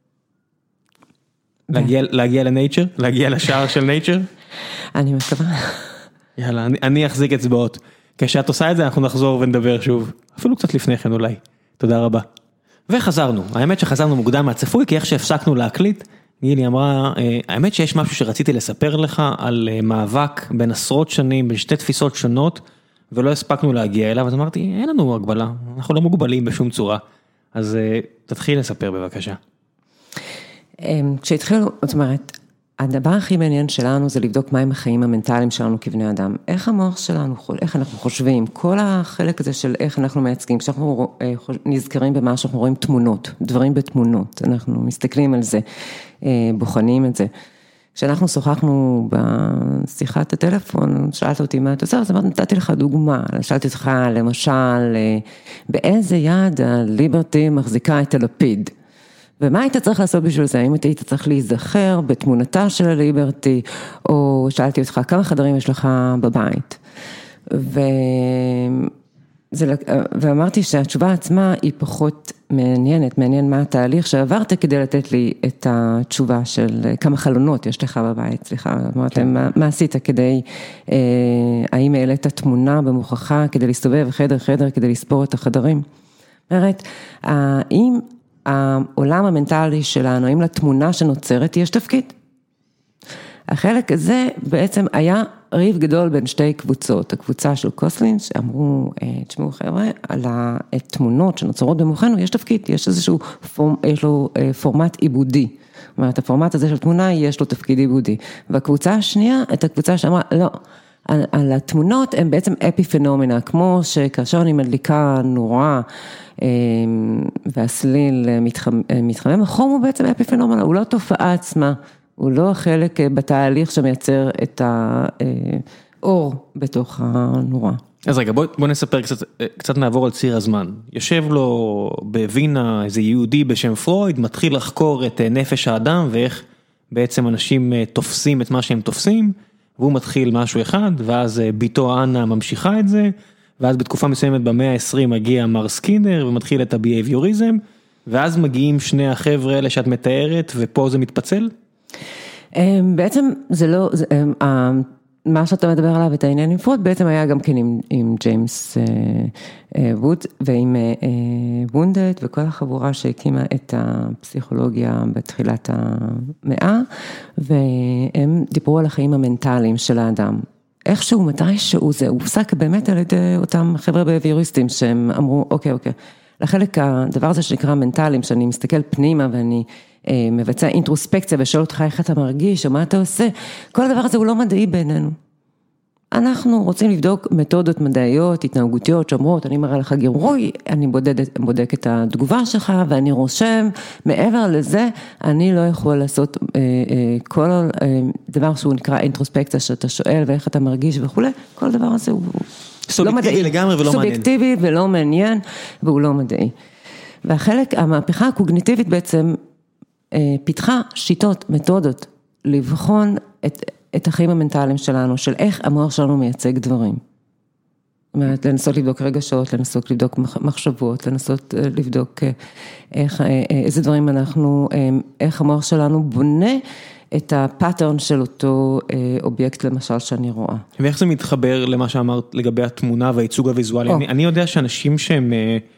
S1: להגיע לנייצ'ר? להגיע לשער של נייצ'ר?
S2: אני מקווה.
S1: יאללה, אני אחזיק אצבעות. כשאת עושה את זה אנחנו נחזור ונדבר שוב. אפילו קצת לפני כן אולי. תודה רבה. וחזרנו, האמת שחזרנו מוקדם מהצפוי, כי איך שהפסקנו להקליט, גילי אמרה, האמת שיש משהו שרציתי לספר לך על מאבק בין עשרות שנים, בין שתי תפיסות שונות, ולא הספקנו להגיע אליו, אז אמרתי, אין לנו הגבלה, אנחנו לא מוגבלים בשום צורה, אז תתחיל לספר בבקשה.
S2: כשהתחילו, זאת אומרת, הדבר הכי מעניין שלנו זה לבדוק מהם החיים המנטליים שלנו כבני אדם, איך המוח שלנו, איך אנחנו חושבים, כל החלק הזה של איך אנחנו מייצגים, כשאנחנו נזכרים במה שאנחנו רואים תמונות, דברים בתמונות, אנחנו מסתכלים על זה, בוחנים את זה. כשאנחנו שוחחנו בשיחת הטלפון, שאלת אותי מה אתה עושה, אז נתתי לך דוגמה, שאלתי אותך למשל, באיזה יד הליברטי מחזיקה את הלפיד, ומה היית צריך לעשות בשביל זה? האם היית צריך להיזכר בתמונתה של הליברטי, או שאלתי אותך כמה חדרים יש לך בבית. ואמרתי שהתשובה עצמה היא פחות מעניינת, מעניין מה התהליך שעברת כדי לתת לי את התשובה של כמה חלונות יש לך בבית, סליחה, אמרתם, מה עשית כדי, האם העלית תמונה במוכחה כדי להסתובב חדר כדי לספור את החדרים? אומרת, האם העולם המנטלי שלנו, האם לתמונה שנוצרת יש תפקיד? החלק הזה בעצם היה ריב גדול בין שתי קבוצות, הקבוצה של קוסלין שאמרו, תשמעו חבר'ה, על התמונות שנוצרות במוחנו יש תפקיד, יש איזשהו יש לו פורמט עיבודי, זאת אומרת הפורמט הזה של תמונה יש לו תפקיד עיבודי, והקבוצה השנייה, את הקבוצה שאמרה, לא, על התמונות הן בעצם אפי-פנומנה, כמו שכאשר אני מדליקה נורה והסליל מתחמם, החום הוא בעצם אפי-פנומנה, הוא לא תופעה עצמה, הוא לא חלק בתהליך שמייצר את האור בתוך הנורה.
S1: אז רגע, בוא נספר קצת נעבור על ציר הזמן. יושב לו בווינה איזה יהודי בשם פרויד, מתחיל לחקור את נפש האדם ואיך בעצם אנשים תופסים את מה שהם תופסים, והוא מתחיל משהו אחד, ואז ביתו אנה ממשיכה את זה, ואז בתקופה מסוימת במאה ה-20 מגיע מר סקינר ומתחיל את הבייביוריזם, ואז מגיעים שני החבר'ה האלה שאת מתארת, ופה זה מתפצל?
S2: בעצם זה לא, מה שאתה מדבר עליו את העניין עם פרויד, בעצם היה גם כן עם ג'יימס ווד, ועם וונדט, וכל החבורה שהקימה את הפסיכולוגיה בתחילת המאה, והם דיברו על החיים המנטליים של האדם. איכשהו, מתישהו זה הופסק באמת על ידי אותם חבר'ה בייביוריסטים, שהם אמרו, אוקיי, לחלק הדבר הזה שנקרא מנטליים, שאני מסתכל פנימה ואני מבצע אינטרוספקציה ושואל אותך איך אתה מרגיש או מה אתה עושה, כל הדבר הזה הוא לא מדעי בינינו. אנחנו רוצים לבדוק מתודות מדעיות, התנהגותיות, שאומרות, אני מראה לך גירוי, אני בודק את התגובה שלך ואני רושם, מעבר לזה, אני לא יכול לעשות כל דבר שהוא נקרא אינטרוספקציה, שאתה שואל ואיך אתה מרגיש וכו', כל דבר הזה הוא לא מדעי,
S1: לגמרי ולא מעניין.
S2: סובייקטיבי ולא מעניין, והוא לא מדעי. והחלק, המהפכה הקוגניטיבית בעצם פיתחה שיטות, מתודות, לבחון את החיים המנטליים שלנו, של איך המוח שלנו מייצג דברים. זאת אומרת, לנסות לבדוק רגשות, לנסות לבדוק מחשבות, לנסות לבדוק איזה דברים אנחנו, איך המוח שלנו בונה את הפאטרן של אותו אובייקט למשל שאני רואה.
S1: ואיך זה מתחבר למה שאמרת לגבי התמונה והייצוג הוויזואלי? אני יודע שאנשים שהם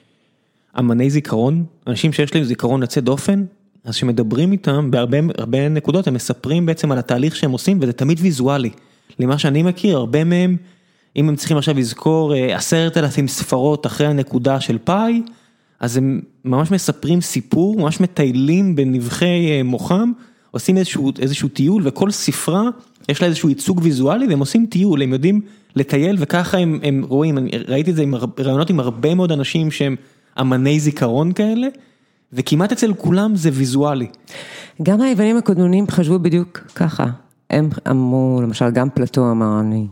S1: אמני זיכרון, אנשים שיש להם זיכרון יוצא דופן, אז שמדברים איתם בהרבה נקודות, הם מספרים בעצם על התהליך שהם עושים, וזה תמיד ויזואלי. למה שאני מכיר, הרבה מהם, אם הם צריכים עכשיו לזכור 10,000 ספרות אחרי הנקודה של פאי, אז הם ממש מספרים סיפור, ממש מטיילים בנבחי מוחם, עושים איזשהו טיול, וכל ספרה יש לה איזשהו ייצוג ויזואלי, והם עושים טיול, הם יודעים לטייל, וככה הם רואים, ראיתי את זה עם רעיונות עם הרבה מאוד אנשים שהם אמני זיכרון כאלה, וכמעט אצל כולם זה ויזואלי.
S2: גם היוונים הקודמים חשבו בדיוק ככה. הם אמרו, למשל, גם פלטו אמר, אני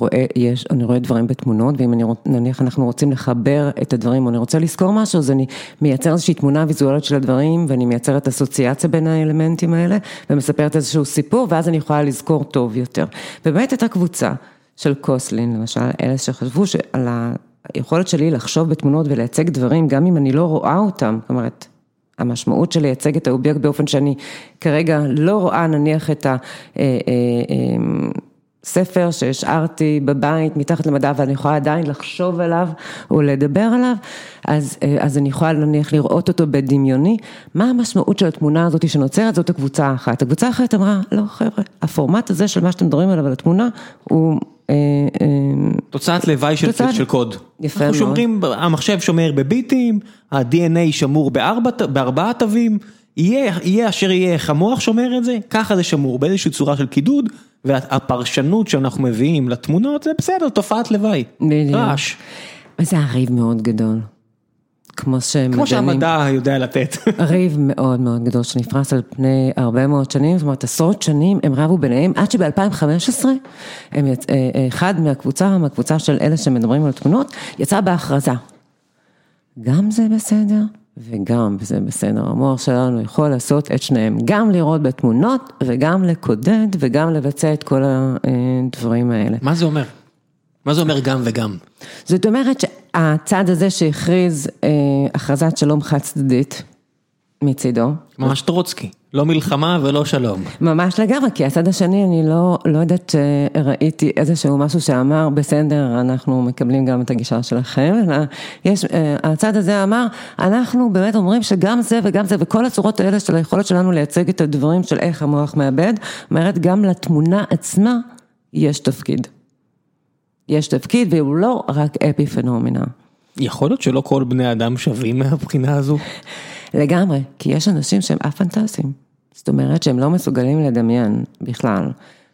S2: רואה דברים בתמונות, ואם נניח אנחנו רוצים לחבר את הדברים, או אני רוצה לזכור משהו, אז אני מייצר איזושהי תמונה ויזואלית של הדברים, ואני מייצרת אסוציאציה בין האלמנטים האלה, ומספרת איזשהו סיפור, ואז אני יכולה לזכור טוב יותר. ובאמת הייתה קבוצה של קוסלין, למשל, אלה שחשבו על היכולת שלי לחשוב בתמונות ולייצג דברים, גם אם אני לא רואה אותם, זאת אומרת, המשמעות של לייצג את האובייקט באופן שאני כרגע לא רואה נניח את ספר שהשארתי בבית מתחת למדע, ואני יכולה עדיין לחשוב עליו או לדבר עליו, אז אני יכולה נניח לראות אותו בדמיוני. מה המשמעות של התמונה הזאת שנוצרת? זאת הקבוצה האחת. הקבוצה האחת אמרה, לא חבר'ה, הפורמט הזה של מה שאתם מדברים עליו על התמונה, הוא...
S1: תוצאת לוואי של קוד.
S2: יפה
S1: אנחנו
S2: מאוד.
S1: שומרים, המחשב שומר בביטים, ה-DNA שמור בארבעה תווים, יהיה אשר יהיה, איך המוח שומר את זה, ככה זה שמור, באיזושהי צורה של קידוד, והפרשנות שאנחנו מביאים לתמונות, זה בסדר, תופעת לוואי, רעש.
S2: וזה הריב מאוד גדול.
S1: כמו שהמדע יודע לתת.
S2: ריב מאוד מאוד גדול, שנפרס על פני הרבה מאוד שנים, זאת אומרת, עשרות שנים הם רבו ביניהם, עד שב-2015, אחד מהקבוצה של אלה שמדברים על תמונות, יצא בהכרזה. גם זה בסדר, וגם זה בסדר. המוח שלנו יכול לעשות את שניהם, גם לראות בתמונות, וגם לקודד, וגם לבצע את כל הדברים האלה.
S1: מה זה אומר? מה זה אומר גם וגם?
S2: זאת אומרת שהצד הזה שהכריז הכרזת שלום חד צדדית מצידו.
S1: ממש טרוצקי, לא מלחמה ולא שלום.
S2: ממש לגמרי, כי הצד השני אני לא יודעת שראיתי איזשהו משהו שאמר בסדר, אנחנו מקבלים גם את הגישה שלכם, הצד הזה אמר, אנחנו באמת אומרים שגם זה וגם זה, וכל הצורות האלה של היכולת שלנו לייצג את הדברים של איך המוח מאבד, אומרת גם לתמונה עצמה יש תפקיד. יש תפקיד, והוא לא רק אפי פנומנה.
S1: יכול להיות שלא כל בני אדם שווים מהבחינה הזו?
S2: לגמרי, כי יש אנשים שהם אפנטסיים. זאת אומרת שהם לא מסוגלים לדמיין בכלל.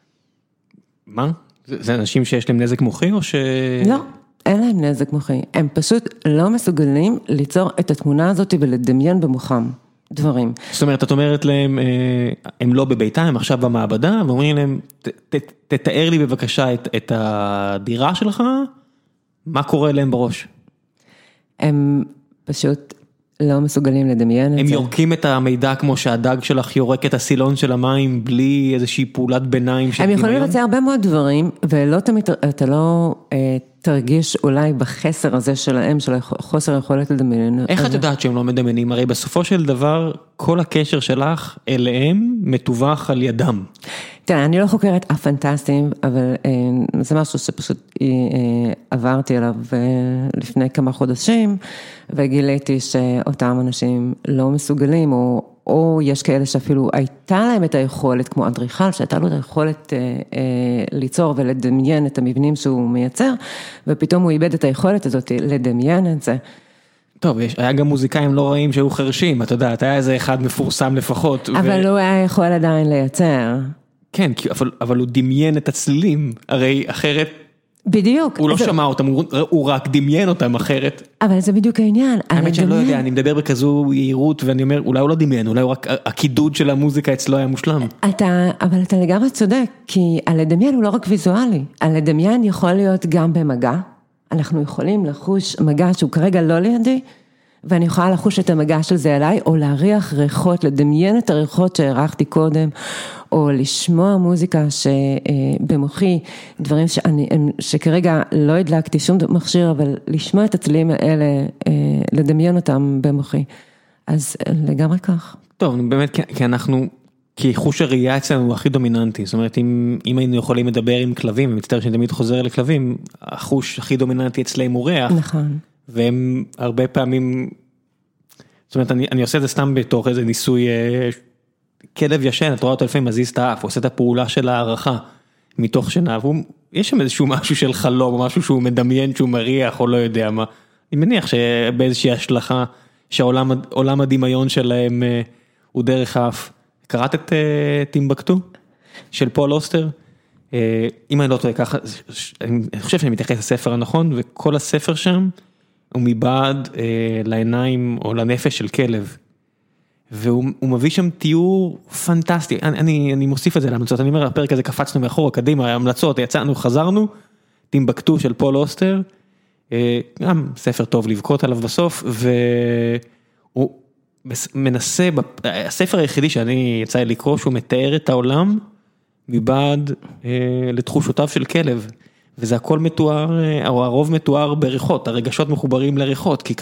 S1: מה? זה אנשים שיש להם נזק מוחי או ש...
S2: לא, אין להם נזק מוחי. הם פשוט לא מסוגלים ליצור את התמונה הזאת ולדמיין במוחם דברים.
S1: זאת אומרת, את אומרת להם, הם לא בביתה, הם עכשיו במעבדה, ואומרים להם, תתאר לי בבקשה את הדירה שלך, מה קורה להם בראש?
S2: הם פשוט לא מסוגלים לדמיין את זה.
S1: הם יורקים את המידע כמו שהדג שלך יורק את הסילון של המים, בלי איזושהי פעולת ביניים.
S2: הם יכולים לבצע הרבה מאוד דברים, ולא תמיד, אתה לא תרגיש אולי בחסר הזה שלהם, של חוסר יכולת לדמיין.
S1: איך את יודעת שהם לא מדמיינים? הרי בסופו של דבר, כל הקשר שלך אליהם מתווך על ידם.
S2: תראה, אני לא חוקרת הפנטסטיים, אבל זה משהו שפשוט עברתי עליו לפני כמה חודשים, וגיליתי שאותם אנשים לא מסוגלים, או יש כאלה שאפילו הייתה להם את היכולת, כמו אדריכל, שהייתה לו את היכולת ליצור ולדמיין את המבנים שהוא מייצר, ופתאום הוא איבד את היכולת הזאת לדמיין את זה.
S1: טוב, היה גם מוזיקאים לא רעים שהיו חרשים, אתה יודעת, היה איזה אחד מפורסם לפחות.
S2: אבל הוא היה יכול עדיין לייצר.
S1: כן, אבל הוא דמיין את הצלילים, הרי אחרת...
S2: בדיוק.
S1: הוא לא שמע אותם, הוא רק דמיין אותם אחרת.
S2: אבל זה בדיוק העניין.
S1: האמת שאני לא יודע, אני מדבר בכזו יעירות, ואני אומר, אולי הוא לא דמיין, אולי הוא רק, הקידוד של המוזיקה אצלו היה מושלם.
S2: אבל אתה לגמרי צודק, כי הלדמיין הוא לא רק ויזואלי, הלדמיין יכול להיות גם במגע, אנחנו יכולים לחוש מגע שהוא כרגע לא לידי, ואני יכולה לחוש את המגע של זה אליי, או להריח ריחות, לדמיין את הריחות שהערכתי קודם, או לשמוע מוזיקה שבמוחי, דברים שכרגע לא הדלקתי שום מכשיר, אבל לשמוע את הצלילים האלה, לדמיין אותם במוחי. אז לגמרי כך.
S1: טוב, באמת, כי חוש הראייה אצלנו הוא הכי דומיננטי, זאת אומרת, אם היינו יכולים לדבר עם כלבים, ומצטער שאני תמיד חוזר לכלבים, החוש הכי דומיננטי אצלם הוא ריח.
S2: נכון.
S1: והם הרבה פעמים, זאת אומרת, אני עושה את זה סתם בתוך איזה ניסוי, כלב ישן, את רואה אותו לפעמים מזיז את האף, עושה את הפעולה של הערכה, מתוך שינה, ויש שם איזשהו משהו של חלום, או משהו שהוא מדמיין, שהוא מריח, או לא יודע מה. אני מניח שבאיזושהי השלכה, שהעולם הדמיון שלהם הוא דרך האף. קראת את טימבקטו של פול אוסטר? אם אני לא טועה ככה, אני חושב שאני מתייחס לספר הנכון, וכל הספר שם הוא מבעד לעיניים או לנפש של כלב. והוא מביא שם תיאור פנטסטי. אני מוסיף את זה להמלצות, אני אומר, הפרק הזה קפצנו מאחורה, קדימה, המלצות, יצאנו, חזרנו, טימבקטו של פול אוסטר, גם ספר טוב לבכות עליו בסוף, והוא מנסה, הספר היחידי שאני יצא לקרוא, שהוא מתאר את העולם, מבעד לתחושותיו של כלב, וזה הכל מתואר, או הרוב מתואר בריחות, הרגשות מחוברים לריחות, כי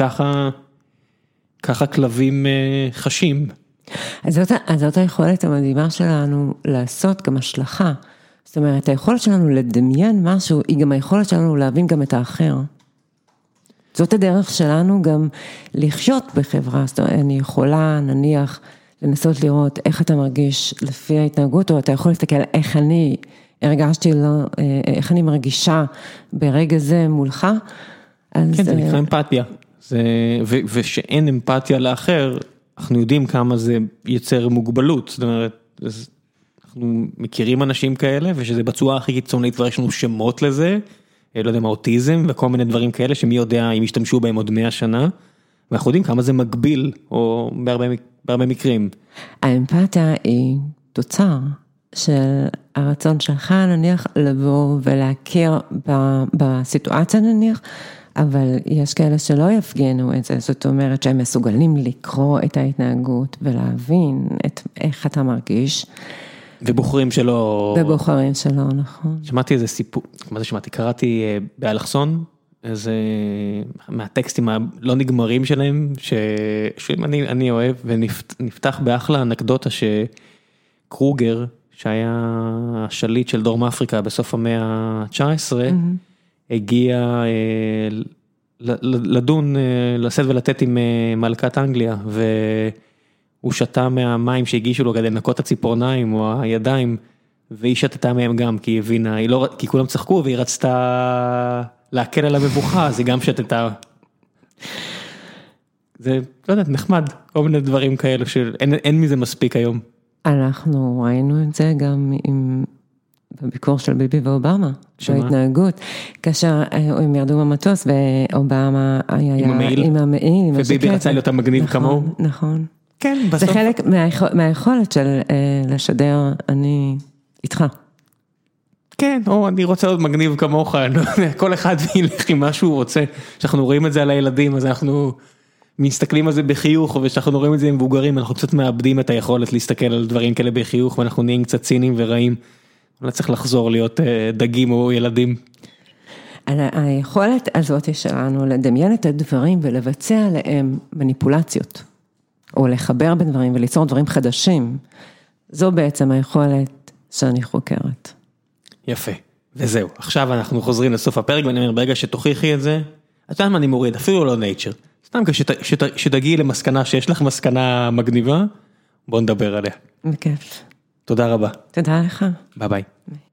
S1: ככה כלבים חשים.
S2: אז זאת היכולת המדהימה שלנו לעשות גם השלכה, זאת אומרת, היכולת שלנו לדמיין משהו, היא גם היכולת שלנו להבין גם את האחר. זאת הדרך שלנו גם לחיות בחברה, זאת אומרת, אני יכולה, נניח, לנסות לראות איך אתה מרגיש לפי ההתנהגות, או אתה יכול להסתכל איך אני הרגשתי, איך אני מרגישה ברגע זה מולך.
S1: כן, זה נקרא אמפתיה. ושאין אמפתיה לאחר, אנחנו יודעים כמה זה יצר מוגבלות, זאת אומרת, אנחנו מכירים אנשים כאלה, ושזה בצורה הכי קיצונית, כבר יש לנו שמות לזה, לא יודע מה, אוטיזם, וכל מיני דברים כאלה, שמי יודע אם ישתמשו בהם עוד 100 שנה, ואנחנו יודעים כמה זה מגביל, או בהרבה מקרים.
S2: האמפתיה היא תוצר של הרצון שלך, נניח, לבוא ולהכיר בסיטואציה, נניח, אבל יש כאלה שלא יפגינו את זה, זאת אומרת שהם מסוגלים לקרוא את ההתנהגות ולהבין איך אתה מרגיש.
S1: ובוחרים שלא...
S2: ובוחרים שלא, נכון.
S1: שמעתי איזה סיפור, מה זה שמעתי? קראתי באלכסון, איזה מהטקסטים הלא נגמרים שלהם, שאני אוהב, ונפתח באחלה אנקדוטה שקרוגר, שהיה השליט של דרום אפריקה בסוף המאה ה-19, הגיע לדון, לשאת ולתת עם מלכת אנגליה, והוא שתה מהמים שהגישו לו כדי לנקות הציפורניים או הידיים, והיא שתתה מהם גם, כי היא הבינה, כי כולם צחקו, והיא רצתה להקל על המבוכה, אז היא גם שתתה. זה, לא יודעת, נחמד, כל מיני דברים כאלו, שאין מזה מספיק היום.
S2: אנחנו ראינו את זה גם בביקור של ביבי ואובמה, בהתנהגות, כאשר הם ירדו במטוס, ואובמה היה עם המעיל,
S1: וביבי רצה להיות המגניב כמוהו.
S2: נכון.
S1: כן, בסוף.
S2: זה חלק מהיכולת של לשדר, אני איתך.
S1: כן, או אני רוצה להיות מגניב כמוך, כל אחד ילך עם מה שהוא רוצה, שאנחנו רואים את זה על הילדים, אז אנחנו מסתכלים על זה בחיוך, ושאנחנו רואים את זה עם מבוגרים, אנחנו קצת מאבדים את היכולת להסתכל על דברים כאלה בחיוך, ואנחנו נהיים קצת ציניים ורעים, אבל צריך לחזור להיות דגים או ילדים.
S2: היכולת הזאת שלנו לדמיין את הדברים ולבצע עליהם מניפולציות, או לחבר בין דברים וליצור דברים חדשים, זו בעצם היכולת שאני חוקרת.
S1: יפה, וזהו. עכשיו אנחנו חוזרים לסוף הפרק, ואני אומר, ברגע שתוכיחי את זה, אתה יודע מה אני מוריד, אפילו לא nature. סתם כשתגיעי למסקנה שיש לך מסקנה מגניבה, בוא נדבר עליה.
S2: בכיף.
S1: תודה רבה.
S2: תודה לך.
S1: ביי ביי.